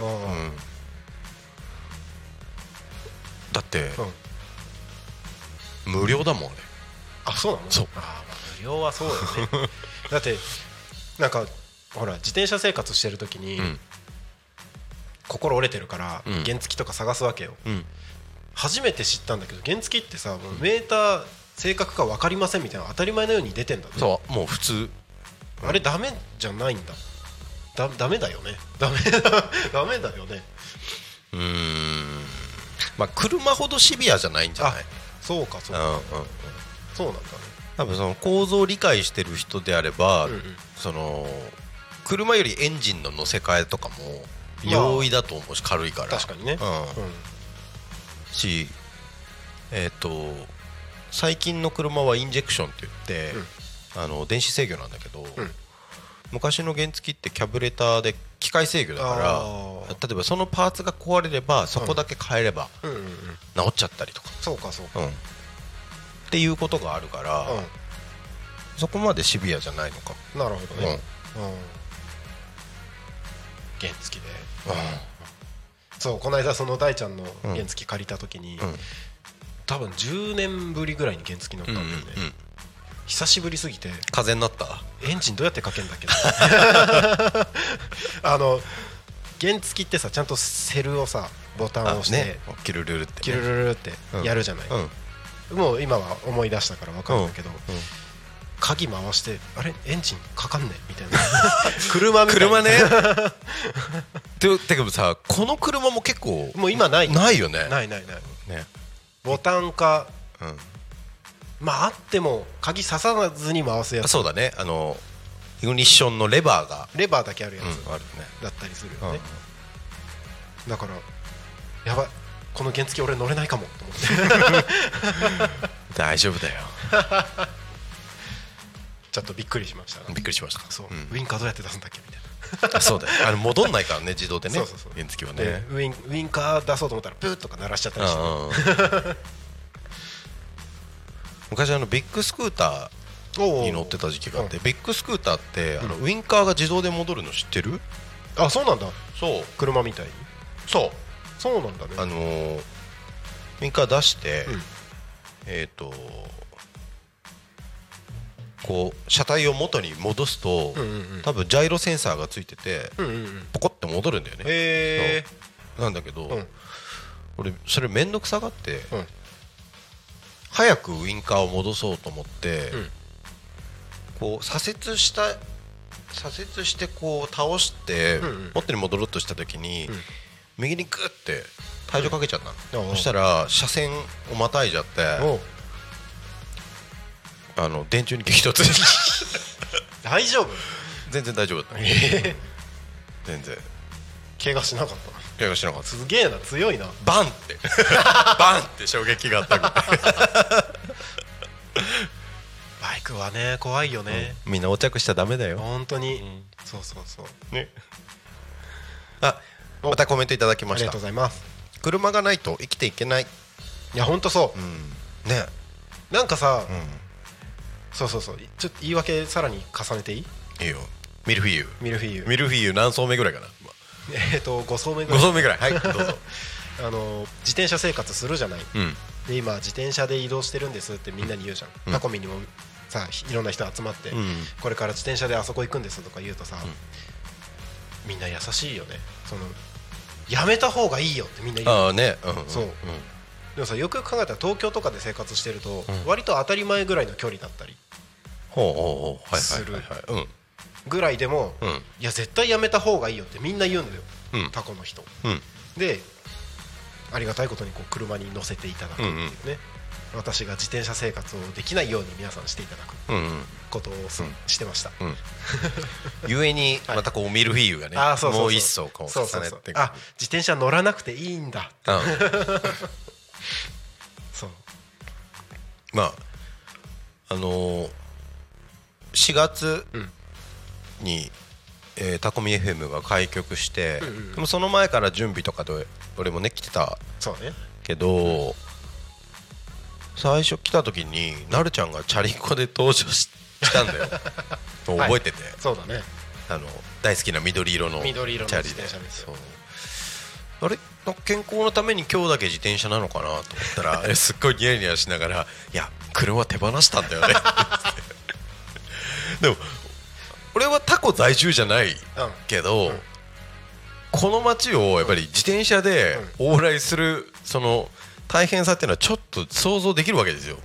だって、うん、無料だもんね。 あそうなの。 そう、 あ無料はそうだよねだってなんかほら自転車生活してる時に、うん、心折れてるから、うん、原付とか探すわけよ、うん、初めて知ったんだけど原付ってさ、もうメーター正確か分かりませんみたいな当たり前のように出てんだね。 そうもう普通、 あれダメじゃないんだ。だダメだよね。ダメダメだよね。 うーん、まあ車ほどシビアじゃないんじゃない。あそうかそうか、うんうんうん、そうなんだね。 多分その構造を理解してる人であれば、うんうん、その車よりエンジンの乗せ替えとかも容易だと思うし、軽いから。 確かにね、うんうん、 し、えーと最近の車はインジェクションって言って、うん、あの電子制御なんだけど、うん、昔の原付ってキャブレターで機械制御だから、例えばそのパーツが壊れればそこだけ変えれば治っちゃったりとか、 そうかそうか、 うん、っていうことがあるから、うん、そこまでシビアじゃないのか。 なるほどね、うんうん、原付で、うん、そうこの間その大ちゃんの原付借りた時に、うん、多分じゅうねんぶりぐらいに原付乗ったんだよね、うんうんうん、久しぶりすぎて風になった。 エンジンどうやってかけんだっけあの原付ってさちゃんとセルをさボタンを押して、ね、 キルルルって、ね、 キルルルってやるじゃない、うんうん、もう今は思い出したから分かるんだけど、うんうん、鍵回してあれエンジンかかんねえみたいな車みたいな車ねて, てかさこの車も結構もう今ないないよね。 ないないない、ね、ボタンか、うん、まああっても鍵刺さずに回すやつ。 そうだね、あのイグニッションのレバーがレバーだけあるやつ、 うん、あるね、 だったりするよね、うん、だからやばいこの原付俺乗れないかもと思って大丈夫だよちょっとびっくりしました、 びっくりしました。 そう、うん、ウインカーどうやって出すんだっけみたいなそうだよ、あの戻んないからね自動でね。 そうそうそう、 原付はね、 ウイン、ウインカー出そうと思ったらプーッとか鳴らしちゃったりして昔あのビッグスクーターに乗ってた時期があって、ビッグスクーターってあのウインカーが自動で戻るの知ってる？ あ、そうなんだ。 そう、 車みたいに。 そうそうなんだね。 あのー、ウインカー出して、うん、えっとこう車体を元に戻すと、うんうんうん、多分ジャイロセンサーがついてて、うんうんうん、ポコッて戻るんだよね。 へー。なんだけど、うん、俺それめんどくさがって、うん、早くウインカーを戻そうと思って、うん、こう左折した左折してこう倒して、うんうん、元に戻ろうとした時に、うん、右にグッて体重かけちゃったの、うん、そしたら車線をまたいじゃって、あの電柱に激突大丈夫？ 全然大丈夫だった、えー、全然怪我しなかった。 怪我しなかった。 すげえな、強いな。 バンってバンって衝撃があったバイクはね怖いよね、 うん、みんな横着しちゃダメだよ本当に、うん、そうそうそうね。 あ、またコメントいただきました。 ありがとうございます。車がないと生きていけない。 いや本当そう、うん、 ね。 なんかさ、うん、そうそうそう、ちょっと言い訳さらに重ねていい？ いいよ。ミルフィーユミルフィーユミルフィーユ何層目ぐらいかな。 えっとご層目ぐらいご層目ぐらいはいどうぞあの自転車生活するじゃない、 うん、 で今自転車で移動してるんですってみんなに言うじゃん、 うん、 タコミにもさいろんな人集まって、うん、これから自転車であそこ行くんですとか言うとさ、うん、みんな優しいよね。そのやめた方がいいよってみんな言う。 ああね、うんうん、 そう、うん、でもさよくよく考えたら東京とかで生活してると、うん、割と当たり前ぐらいの距離だったりするぐらいでも、うん、いや絶対やめた方がいいよってみんな言うんだよ、うん、タコの人、うん、でありがたいことにこう車に乗せていただくっていうね、うんうん、私が自転車生活をできないように皆さんしていただくことを、うんうん、してました、うん、 ゆえにまたこうミルフィーユがね、はい、もう一層こう重ねていく。 あ、自転車乗らなくていいんだって、うん、そうまああのー、しがつに、うんえー、タコミ エフエム が開局して、うんうん、でもその前から準備とかで俺もね来てたけど、ね、最初来た時になるちゃんがチャリンコで登場したんだよ覚えてて、はい、 そうだね、 あの大好きな緑色のチャリで、そうあれ健康のために今日だけ自転車なのかなと思ったらすっごいニヤニヤしながらいや車手放したんだよねでも俺はタコ在住じゃないけど、うんうん、この街をやっぱり自転車で往来するその大変さっていうのはちょっと想像できるわけですよ。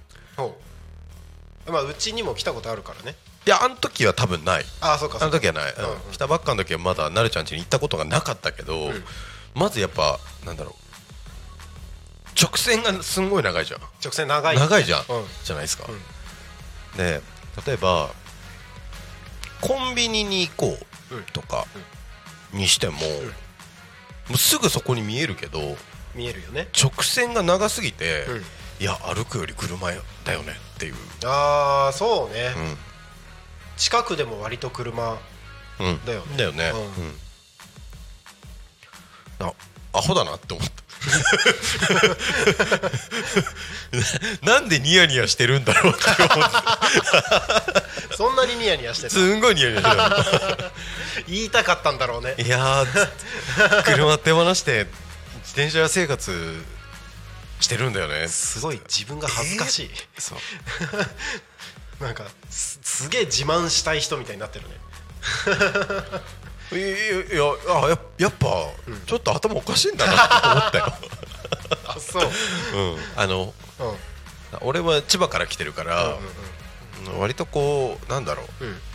う、まあ、うちにも来たことあるからね。 いやあの時は多分ない。 ああそうかそうか。 あの時はない、うんうん、来たばっかの時はまだなるちゃん家に行ったことがなかったけど、うん、まずやっぱなんだろう直線がすんごい長いじゃん。 直線長い、 長いじゃん、 うん、 じゃないですか、 うん、 で例えばコンビニに行こうとかにしても、うんうん、もうすぐそこに見えるけど見えるよね。 直線が長すぎて、うん、いや歩くより車だよねっていう。 ああそうね、うん、近くでも割と車だよね、 うん、だよね、うん、あアホだなって思ったなんでニヤニヤしてるんだろうって思ってそんなにニヤニヤしてるすんごいニヤニヤしてる言いたかったんだろうね。 いや車手放して自転車生活してるんだよね。 すごい自分が恥ずかしい、 えー、そうなんか す, すげえ自慢したい人みたいになってるねいやいやや, やっぱ、うん、ちょっと頭おかしいんだなって思ったよあそう、うん、 あの、うん、俺は千葉から来てるから、うんうんうん、割とこうなんだろう、うん、うーん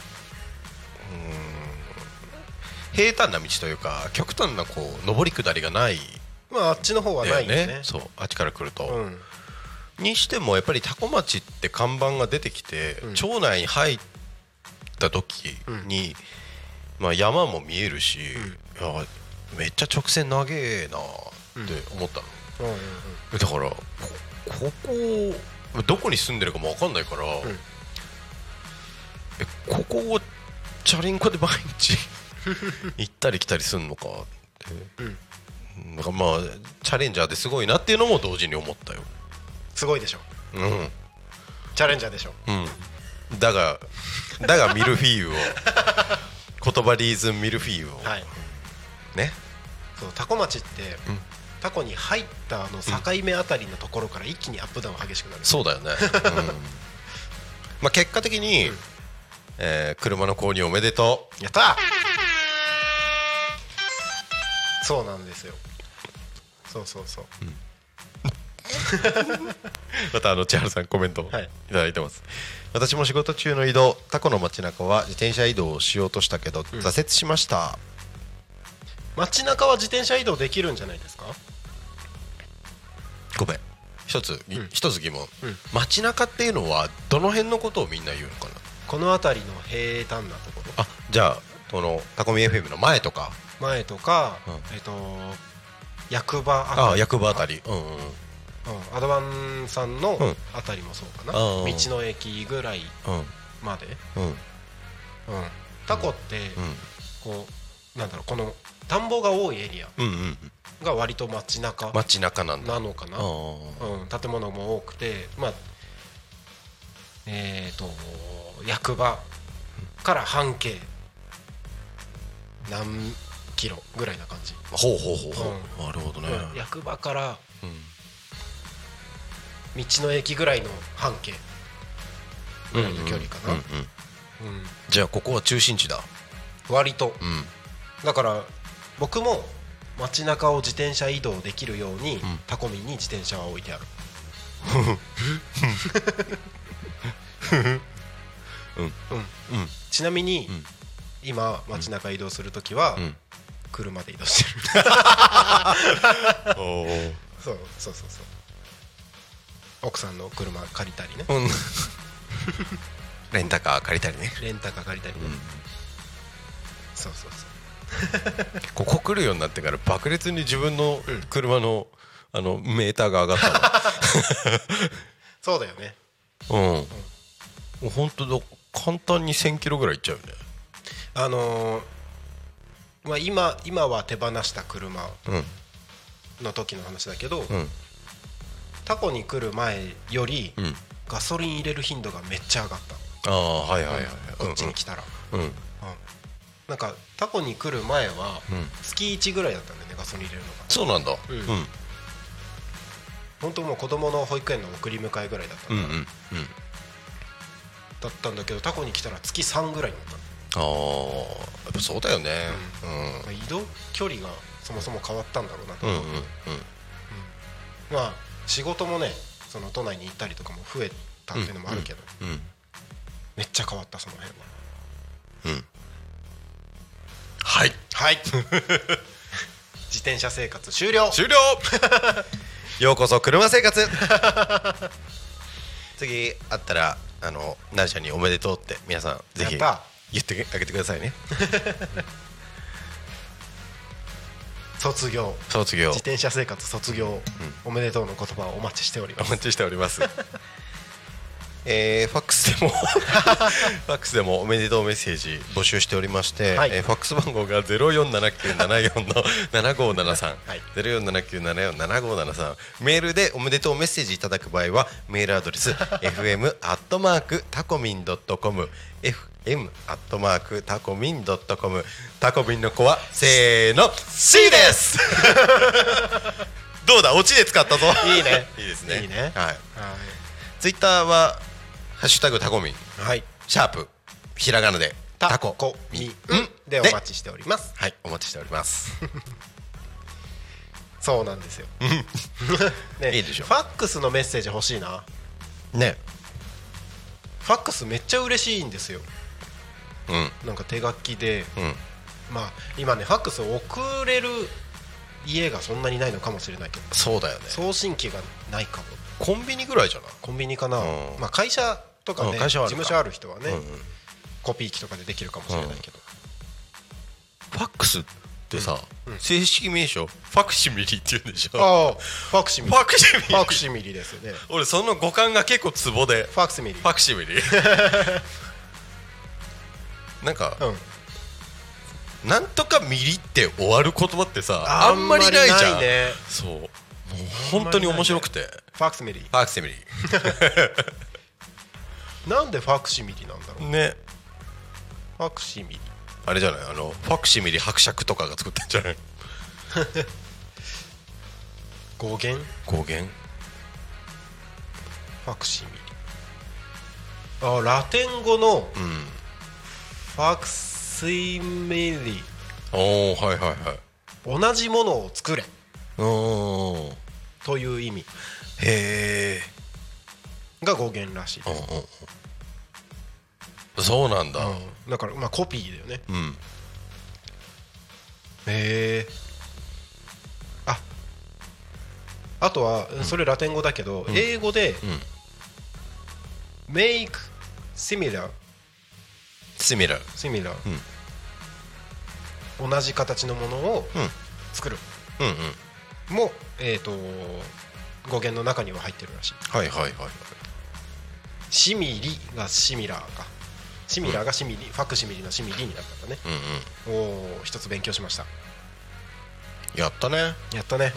平坦な道というか極端なこう上り下りがない、 まああっちの方はないよね。 そうあっちから来ると、うんにしてもやっぱりタコ町って看板が出てきて、うん、町内に入った時に、うん、まあ、山も見えるし、うん、いやめっちゃ直線長えなって思ったの、うんうんうんうん、だから こ, ここどこに住んでるかも分かんないから、うん、えここをチャリンコで毎日行ったり来たりすんのかって、うん、だからまあチャレンジャーですごいなっていうのも同時に思ったよ。 すごいでしょ、うん、チャレンジャーでしょ、 うん、だがだがミルフィーユを言葉リーズンミルフィーユを、はい、ね、 そうタコ町って、うん、タコに入ったあの境目あたりのところから一気にアップダウン激しくなる、 うん、そうだよね、うんまあ、結果的に、うんえー、車の購入おめでとう。やったそうなんですよ。そうそうそう、うんまたあの千春さんコメントいただいてます、はい、私も仕事中の移動タコの街中は自転車移動をしようとしたけど、うん、挫折しました。 街中は自転車移動できるんじゃないですか。 ごめん一つ、うん、一つ疑問、うん、街中っていうのはどの辺のことをみんな言うのかな。 この辺りの平坦なところ。 あじゃあこのタコミ エフエム の前とか前とか、うん、えっと役場あたり。 あ役場あたり、うんうんうん、アドバンさんのあたりもそうかな、うん、道の駅ぐらいまで、うんうん、タコってこうなんだろうこの田んぼが多いエリアが割と街中街中なんだなのかな、うん、建物も多くて、まあえーと役場から半径何キキロぐらいな感じ。 ほうほうほうほう、 うん、 なるほどね、 うん、役場からうん道の駅ぐらいの半径ぐらいの距離かな、うんうんうんうん、じゃあここは中心地だ割と、 うん、 だから僕も街中を自転車移動できるように、 うん、 タコミンに自転車は置いてあるうんうん、ちなみに、うん、今街中移動するときは、うん、車で移動してるおそうそうそうそう奥さんの車借りたりね、うん、 レンタカー借りたりねレンタカー借りたりね、うん、そうそうそうここ来るようになってから爆裂に自分の車の、あのメーターが上がったわそうだよねうん、うん、もう本当だ簡単にせんキロぐらいいっちゃうよね。 あのーまあ、今, 今は手放した車の時の話だけど、うん、タコに来る前より、うん、ガソリン入れる頻度がめっちゃ上がった。 ああはいはいはい、 こっちに来たら、 うんうん、 なんかタコに来る前は月いちぐらいだったんだよね、ガソリン入れるのが。 そうなんだ、うんうん、 本当もう子供の保育園の送り迎えぐらいだったんだ、うんうんうん、だったんだけどタコに来たら月さんぐらいになった。 ああやっぱそうだよね、 うんうん、移動距離がそもそも変わったんだろうなと思って、うんうんうんうん、まあ仕事もねその都内に行ったりとかも増えたっていうのもあるけど、うんうんうん、めっちゃ変わったその辺は。うんはいはい自転車生活終了終了ようこそ車生活次あったらあのナルちゃんにおめでとうって皆さんぜひ言ってあげてくださいね卒業卒業自転車生活卒業、うん、おめでとうの言葉をお待ちしております。 お待ちしておりますえー、ファックスでもファックスでもおめでとうメッセージ募集しておりまして、はい、えー、ファックス番号がゼロよんななきゅうななよんのななごーななさん、はい、ゼロよんななきゅうななよんのななごーななさん、メールでおめでとうメッセージいただく場合はメールアドレスエフエムアットマークタコミンドットコム エフエムアットマークタコミンドットコム、タコミンの子はせーの C ですどうだオチで使ったぞいいねいいですね、 いいね、 はい、はい、ツイッターはハッシュタグタコミン、 はい、 シャープひらがなでタコミンでお待ちしております。 はい、お待ちしておりますそうなんですよね、 いいでしょ。 ファックスのメッセージ欲しいなね。 ファックスめっちゃ嬉しいんですよ、 うん、 なんか手書きで、 うん、 まあ今ねファックスを送れる家がそんなにないのかもしれないけど。 そうだよね、 送信機がないかも。 コンビニぐらいじゃない。 コンビニかな、うん、まあ会社とかね、うん、事務所ある人はね、うんうん、コピー機とかでできるかもしれないけど、 うん、ファックスってさ、うん、正式名称ファクシミリって言うんでしょ。 ああファクシミリファクシミリファクシミリですよね。 俺その語感が結構ツボでファクシミリファクシミリなんか、うん、なんとかミリって終わる言葉ってさ あ, あんまりないじゃん、ね、そうもう本当に面白くて、ね、 ファクシミリファクシミリなんでファクシミリなんだろうね。 ファクシミリあれじゃない、あのファクシミリ伯爵とかが作ってんじゃない語源語源ファクシミリ、あラテン語の、うん、ファクシミリ、 おおはいはいはい、 同じものを作れおという意味へえが語源らしいです。 うんうん、そうなんだ、うん、 だからまあコピーだよね、 うん、 へえああとはそれラテン語だけど、うん、英語で、うん、make similar similar similar、うん、同じ形のものを作る、 うんうんうん、 もえっと語源の中には入ってるらしい。 はいはいはいはい。 シミリがシミラーかシミラーがシミリ、うん、ファクシミリのシミリになったんだね、うんうん、おお一つ勉強しました。 やったねやったね、 うん、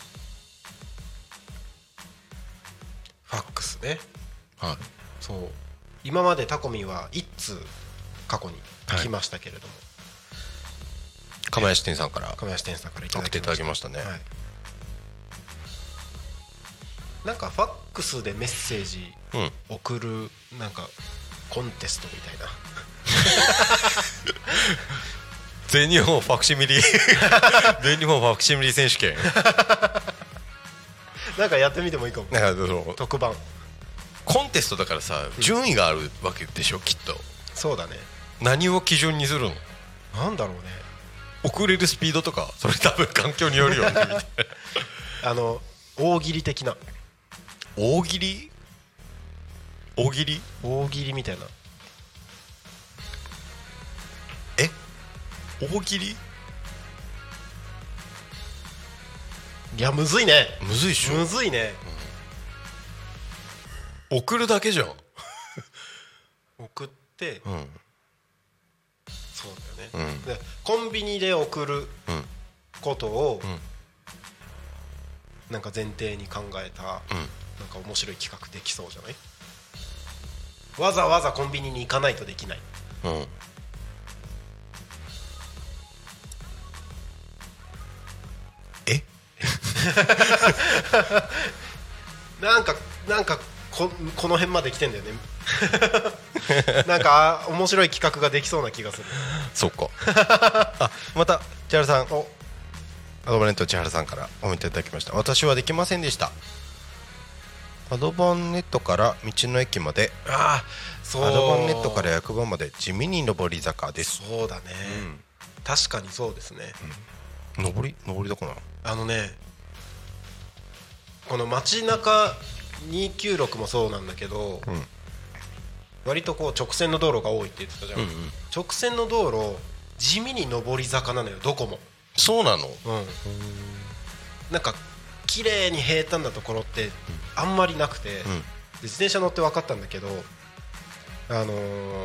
ファックスね、 はい、 そう今までタコミンは一通過去に来ましたけれども、 釜屋支店さんから釜屋支店さんからいただ送っていただきましたね、はい、 なんかファックスでメッセージ送るなんかコンテストみたいな全日本ファクシミリ全日本ファクシミリ選手権なんかやってみてもいいかも。特番コンテストだからさ、順位があるわけでしょきっと。 そうだね。 何を基準にするの？ なんだろうね。 遅れるスピードとか、それ多分環境によるよねみたいなあの大喜利的な。 大喜利？大喜利？ 大喜利みたいな。 え？大喜利？ いやむずいね。 むずいっしょ。 むずいね、 うん、送るだけじゃん送って、うん、そうだよね、うん、でコンビニで送ることを、うん、なんか前提に考えた、うん、なんか面白い企画できそうじゃない？わざわざコンビニに行かないとできない、うん、 えなんかなんか こ, この辺まで来てんだよねなんか面白い企画ができそうな気がする。 そっかあ、また千原さん、おアドバネット千原さんからコメントいただきました。私はできませんでした。アドバンネットから道の駅まで、 あそうアドバンネットから役場まで地味に上り坂です。 そうだね、うん、確かにそうですね、 うん、上り上りだかな。 あのね、この街中にひゃくきゅうじゅうろくもそうなんだけど、うん、割とこう直線の道路が多いって言ってたじゃん、うんうん、直線の道路地味に上り坂なのよ、どこも。 そうなの？うん、 なんか綺麗に平坦なところってあんまりなくて、うん、で自転車乗って分かったんだけど、あのー、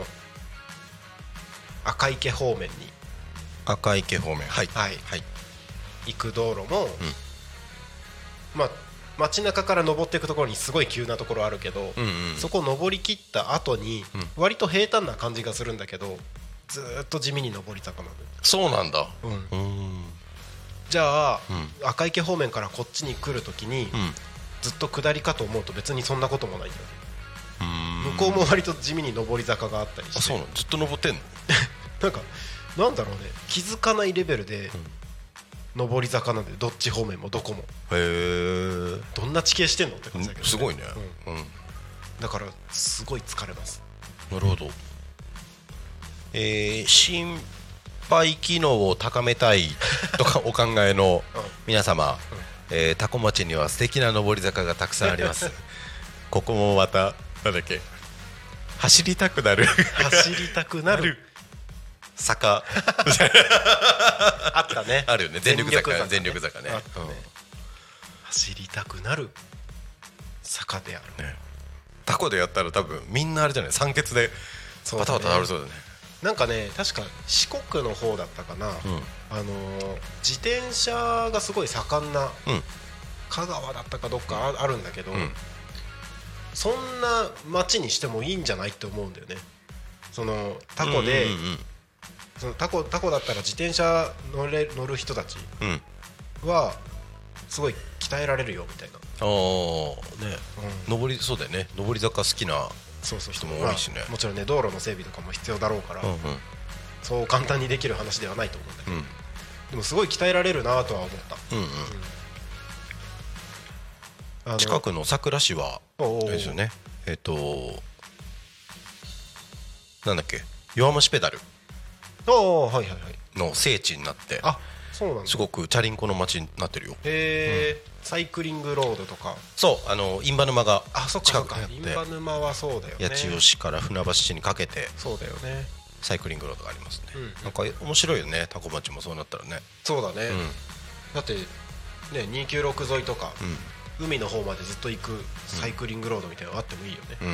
赤池方面に赤池方面、はい、 はいはい、行く道路も、うん、まあ街中から登っていくところにすごい急なところあるけど、うんうん、そこを登り切った後に割と平坦な感じがするんだけど、ずーっと地味に登り坂なの。 そうなんだ、 うん、うーんじゃあ、うん、赤池方面からこっちに来るときに、うん、ずっと下りかと思うと別にそんなこともないんだよね。うーん、向こうも割と地味に上り坂があったりして。 あ、そうなの？ずっと登ってんのなんかなんだろうね、気づかないレベルで、うん、上り坂なんで、どっち方面もどこも。へー、どんな地形してんのって感じだけど、ね、 すごいね、 うんうん、だからすごい疲れます。 なるほど。えー、心肺機能を高めたいとかお考えの皆様、うん、えー、タコ町には素敵な上り坂がたくさんありますここもまたなんだっけ、走りたくなる走りたくなる坂あったね。 あるよね、全力坂、全力坂ね、あったね、うん、 走りたくなる坂である、ね、 タコでやったら多分みんなあれじゃない、酸欠でバタバタ倒れそうだね。 なんかね、確か四国の方だったかな、うん、あのー、自転車がすごい盛んな、うん、香川だったかどっか あ, あるんだけど、うん、そんな街にしてもいいんじゃないって思うんだよね。そのタコで、うんうんうん、そのタコ、タコだったら自転車乗れ乗る人たちはすごい鍛えられるよみたいな、 ああね、うん、上り、そうだよね、上り坂好きな人も多いしね、 まあ、もちろんね道路の整備とかも必要だろうから、うんうん、そう簡単にできる話ではないと思うんだけど、うん、でもすごい鍛えられるなとは思った、うんうんうん、 あの近くの佐倉市はあれですよね、えっとなんだっけ、弱虫ペダルの聖地になって、 あ、そうなんだ、 すごくチャリンコの街になってるよ。 へえ、うん、サイクリングロードとか。 そう、あの印旛沼が近くにあって、 印旛沼はそうだよね、 八千代市から船橋市にかけて、 そうだよね、 サイクリングロードがありますね、うん、なんか面白いよね、タコ町もそうなったらね。 そうだね、うん、だってねにひゃくきゅうじゅうろく沿いとか、うん、海の方までずっと行くサイクリングロードみたいなのあってもいいよね、うんうん、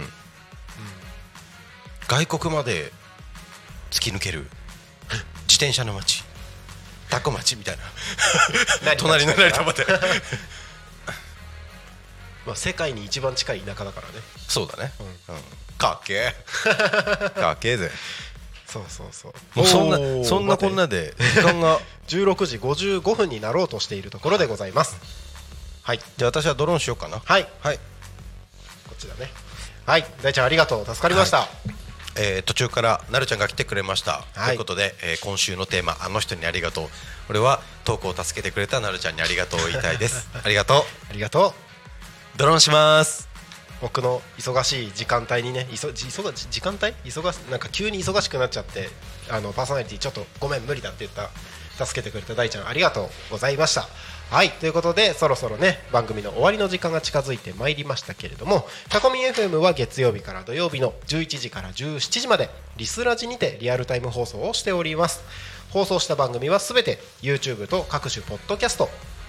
外国まで突き抜ける自転車の街タコ町みたいな隣の成田までまあ世界に一番近い田舎だからね。 そうだね、うんうん、かっけーかっけーぜそうそうそう。 もうそんなそんなこんなで時間がじゅうろくじごじゅうごふんになろうとしているところでございます。はい。 じゃあ私はドローンしようかな。 はいはい。 こっちだね。はい。大ちゃんありがとう、助かりました。はい、 えー、途中からなるちゃんが来てくれました、はい、ということで、えー、今週のテーマ、あの人にありがとう。これはトークを助けてくれたなるちゃんにありがとうを言いたいですありがとうありがとう。 ドローンします。 僕の忙しい時間帯にね、いそ忙時間帯忙しなんか急に忙しくなっちゃって、あのパーソナリティちょっとごめん無理だって言った助けてくれた大ちゃんありがとうございました。はい、ということでそろそろね番組の終わりの時間が近づいてまいりましたけれども、タコミン エフエム は月曜日から土曜日のじゅういちじからじゅうしちじまでリスラジにてリアルタイム放送をしております。放送した番組はすべて YouTube と各種ポッドキャスト、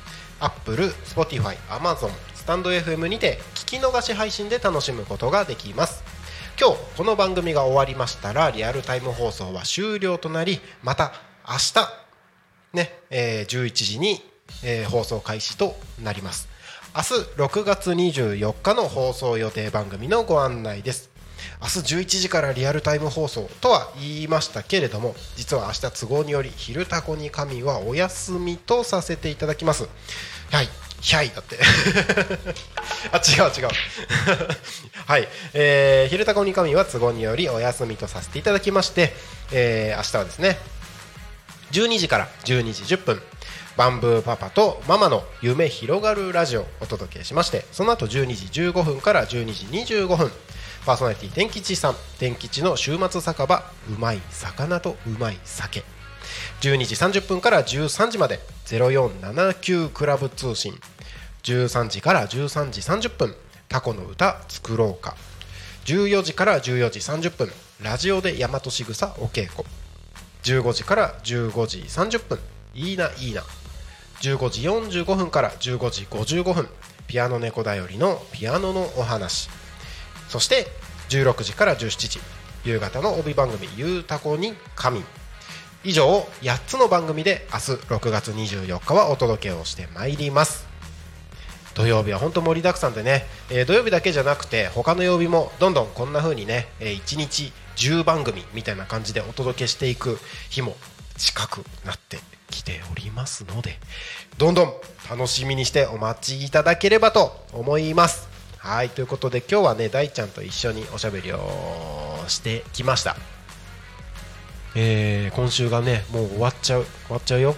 Apple、Spotify、Amazon、スタンド エフエム にて聞き逃し配信で楽しむことができます。今日この番組が終わりましたらリアルタイム放送は終了となり、また明日ね、えー、じゅういちじに、えー、放送開始となります。明日ろくがつにじゅうよっかの放送予定番組のご案内です。明日じゅういちじからリアルタイム放送とは言いましたけれども、実は明日都合により昼タコに神はお休みとさせていただきます。はい、ひゃいだってあ、違う違うはい、えー、昼タコに神は都合によりお休みとさせていただきまして、えー、明日はですねじゅうにじからじゅうにじじゅっぷんバンブーパパとママの夢広がるラジオをお届けしまして、その後じゅうにじじゅうごふんからじゅうにじにじゅうごふんパーソナリティ天吉さん、天吉の週末酒場、うまい魚とうまい酒、じゅうにじさんじゅっぷんからじゅうさんじまでゼロよんななきゅうクラブ通信、じゅうさんじからじゅうさんじさんじゅっぷんタコの歌作ろうか、じゅうよじからじゅうよじさんじゅっぷんラジオで大和しぐさお稽古、じゅうごじからじゅうごじさんじゅっぷんいいないいな、じゅうごじよんじゅうごふんからじゅうごじごじゅうごふんピアノ猫だよりのピアノのお話、そしてじゅうろくじからじゅうしちじ夕方の帯番組ゆうたこに神、以上やっつの番組で明日ろくがつにじゅうよっかはお届けをしてまいります。土曜日は本当盛りだくさんでね、えー、土曜日だけじゃなくて他の曜日もどんどんこんな風にね、えー、いちにちじゅうばんぐみみたいな感じでお届けしていく日も近くなってきておりますので、どんどん楽しみにしてお待ちいただければと思います。はい、ということで今日はね大ちゃんと一緒におしゃべりをしてきました。えー、今週がねもう終わっちゃう終わっちゃうよ、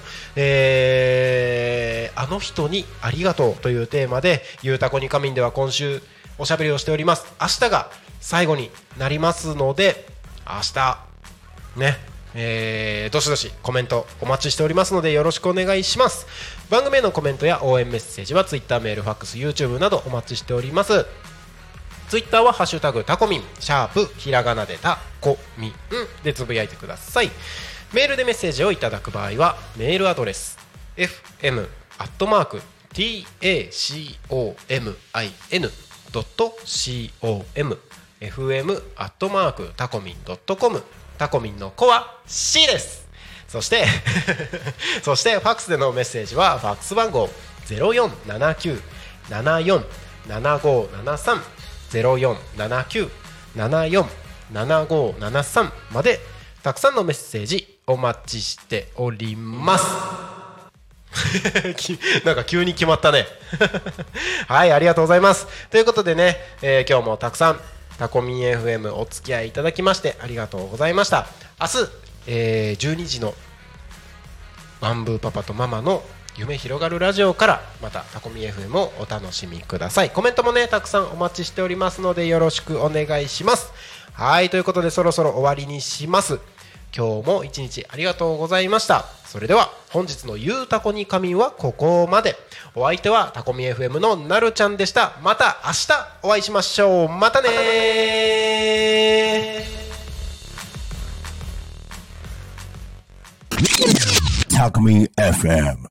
えー、あの人にありがとうというテーマでゆうたこに仮眠では今週おしゃべりをしております。明日が最後になりますので明日ね、えー、どしどしコメントお待ちしておりますのでよろしくお願いします。番組へのコメントや応援メッセージは Twitter、メール、ファックス、YouTube などお待ちしております。ツイッターはハッシュタグタコミンシャープひらがなでタコミンでつぶやいてください。メールでメッセージをいただく場合はメールアドレス エフエム アットマーク タコミン ドット com エフエム アットマーク タコミン ドット コム タコミンの子は C です。そしてそしてファックスでのメッセージはファックス番号 ゼロよんななきゅう ななよん ななごななさんゼロよんななきゅう ななよん ななごななさんまでたくさんのメッセージお待ちしておりますなんか急に決まったねはい、ありがとうございます。ということでね、えー、今日もたくさんタコミン エフエム お付き合いいただきましてありがとうございました。明日、えー、じゅうにじのバンブーパパとママの夢広がるラジオからまたタコミ エフエム をお楽しみください。コメントもねたくさんお待ちしておりますのでよろしくお願いします。はい、ということでそろそろ終わりにします。今日も一日ありがとうございました。それでは本日のゆうたこに仮眠はここまで。お相手はタコミ エフエム のなるちゃんでした。また明日お会いしましょう。またねー。 タコミ エフエム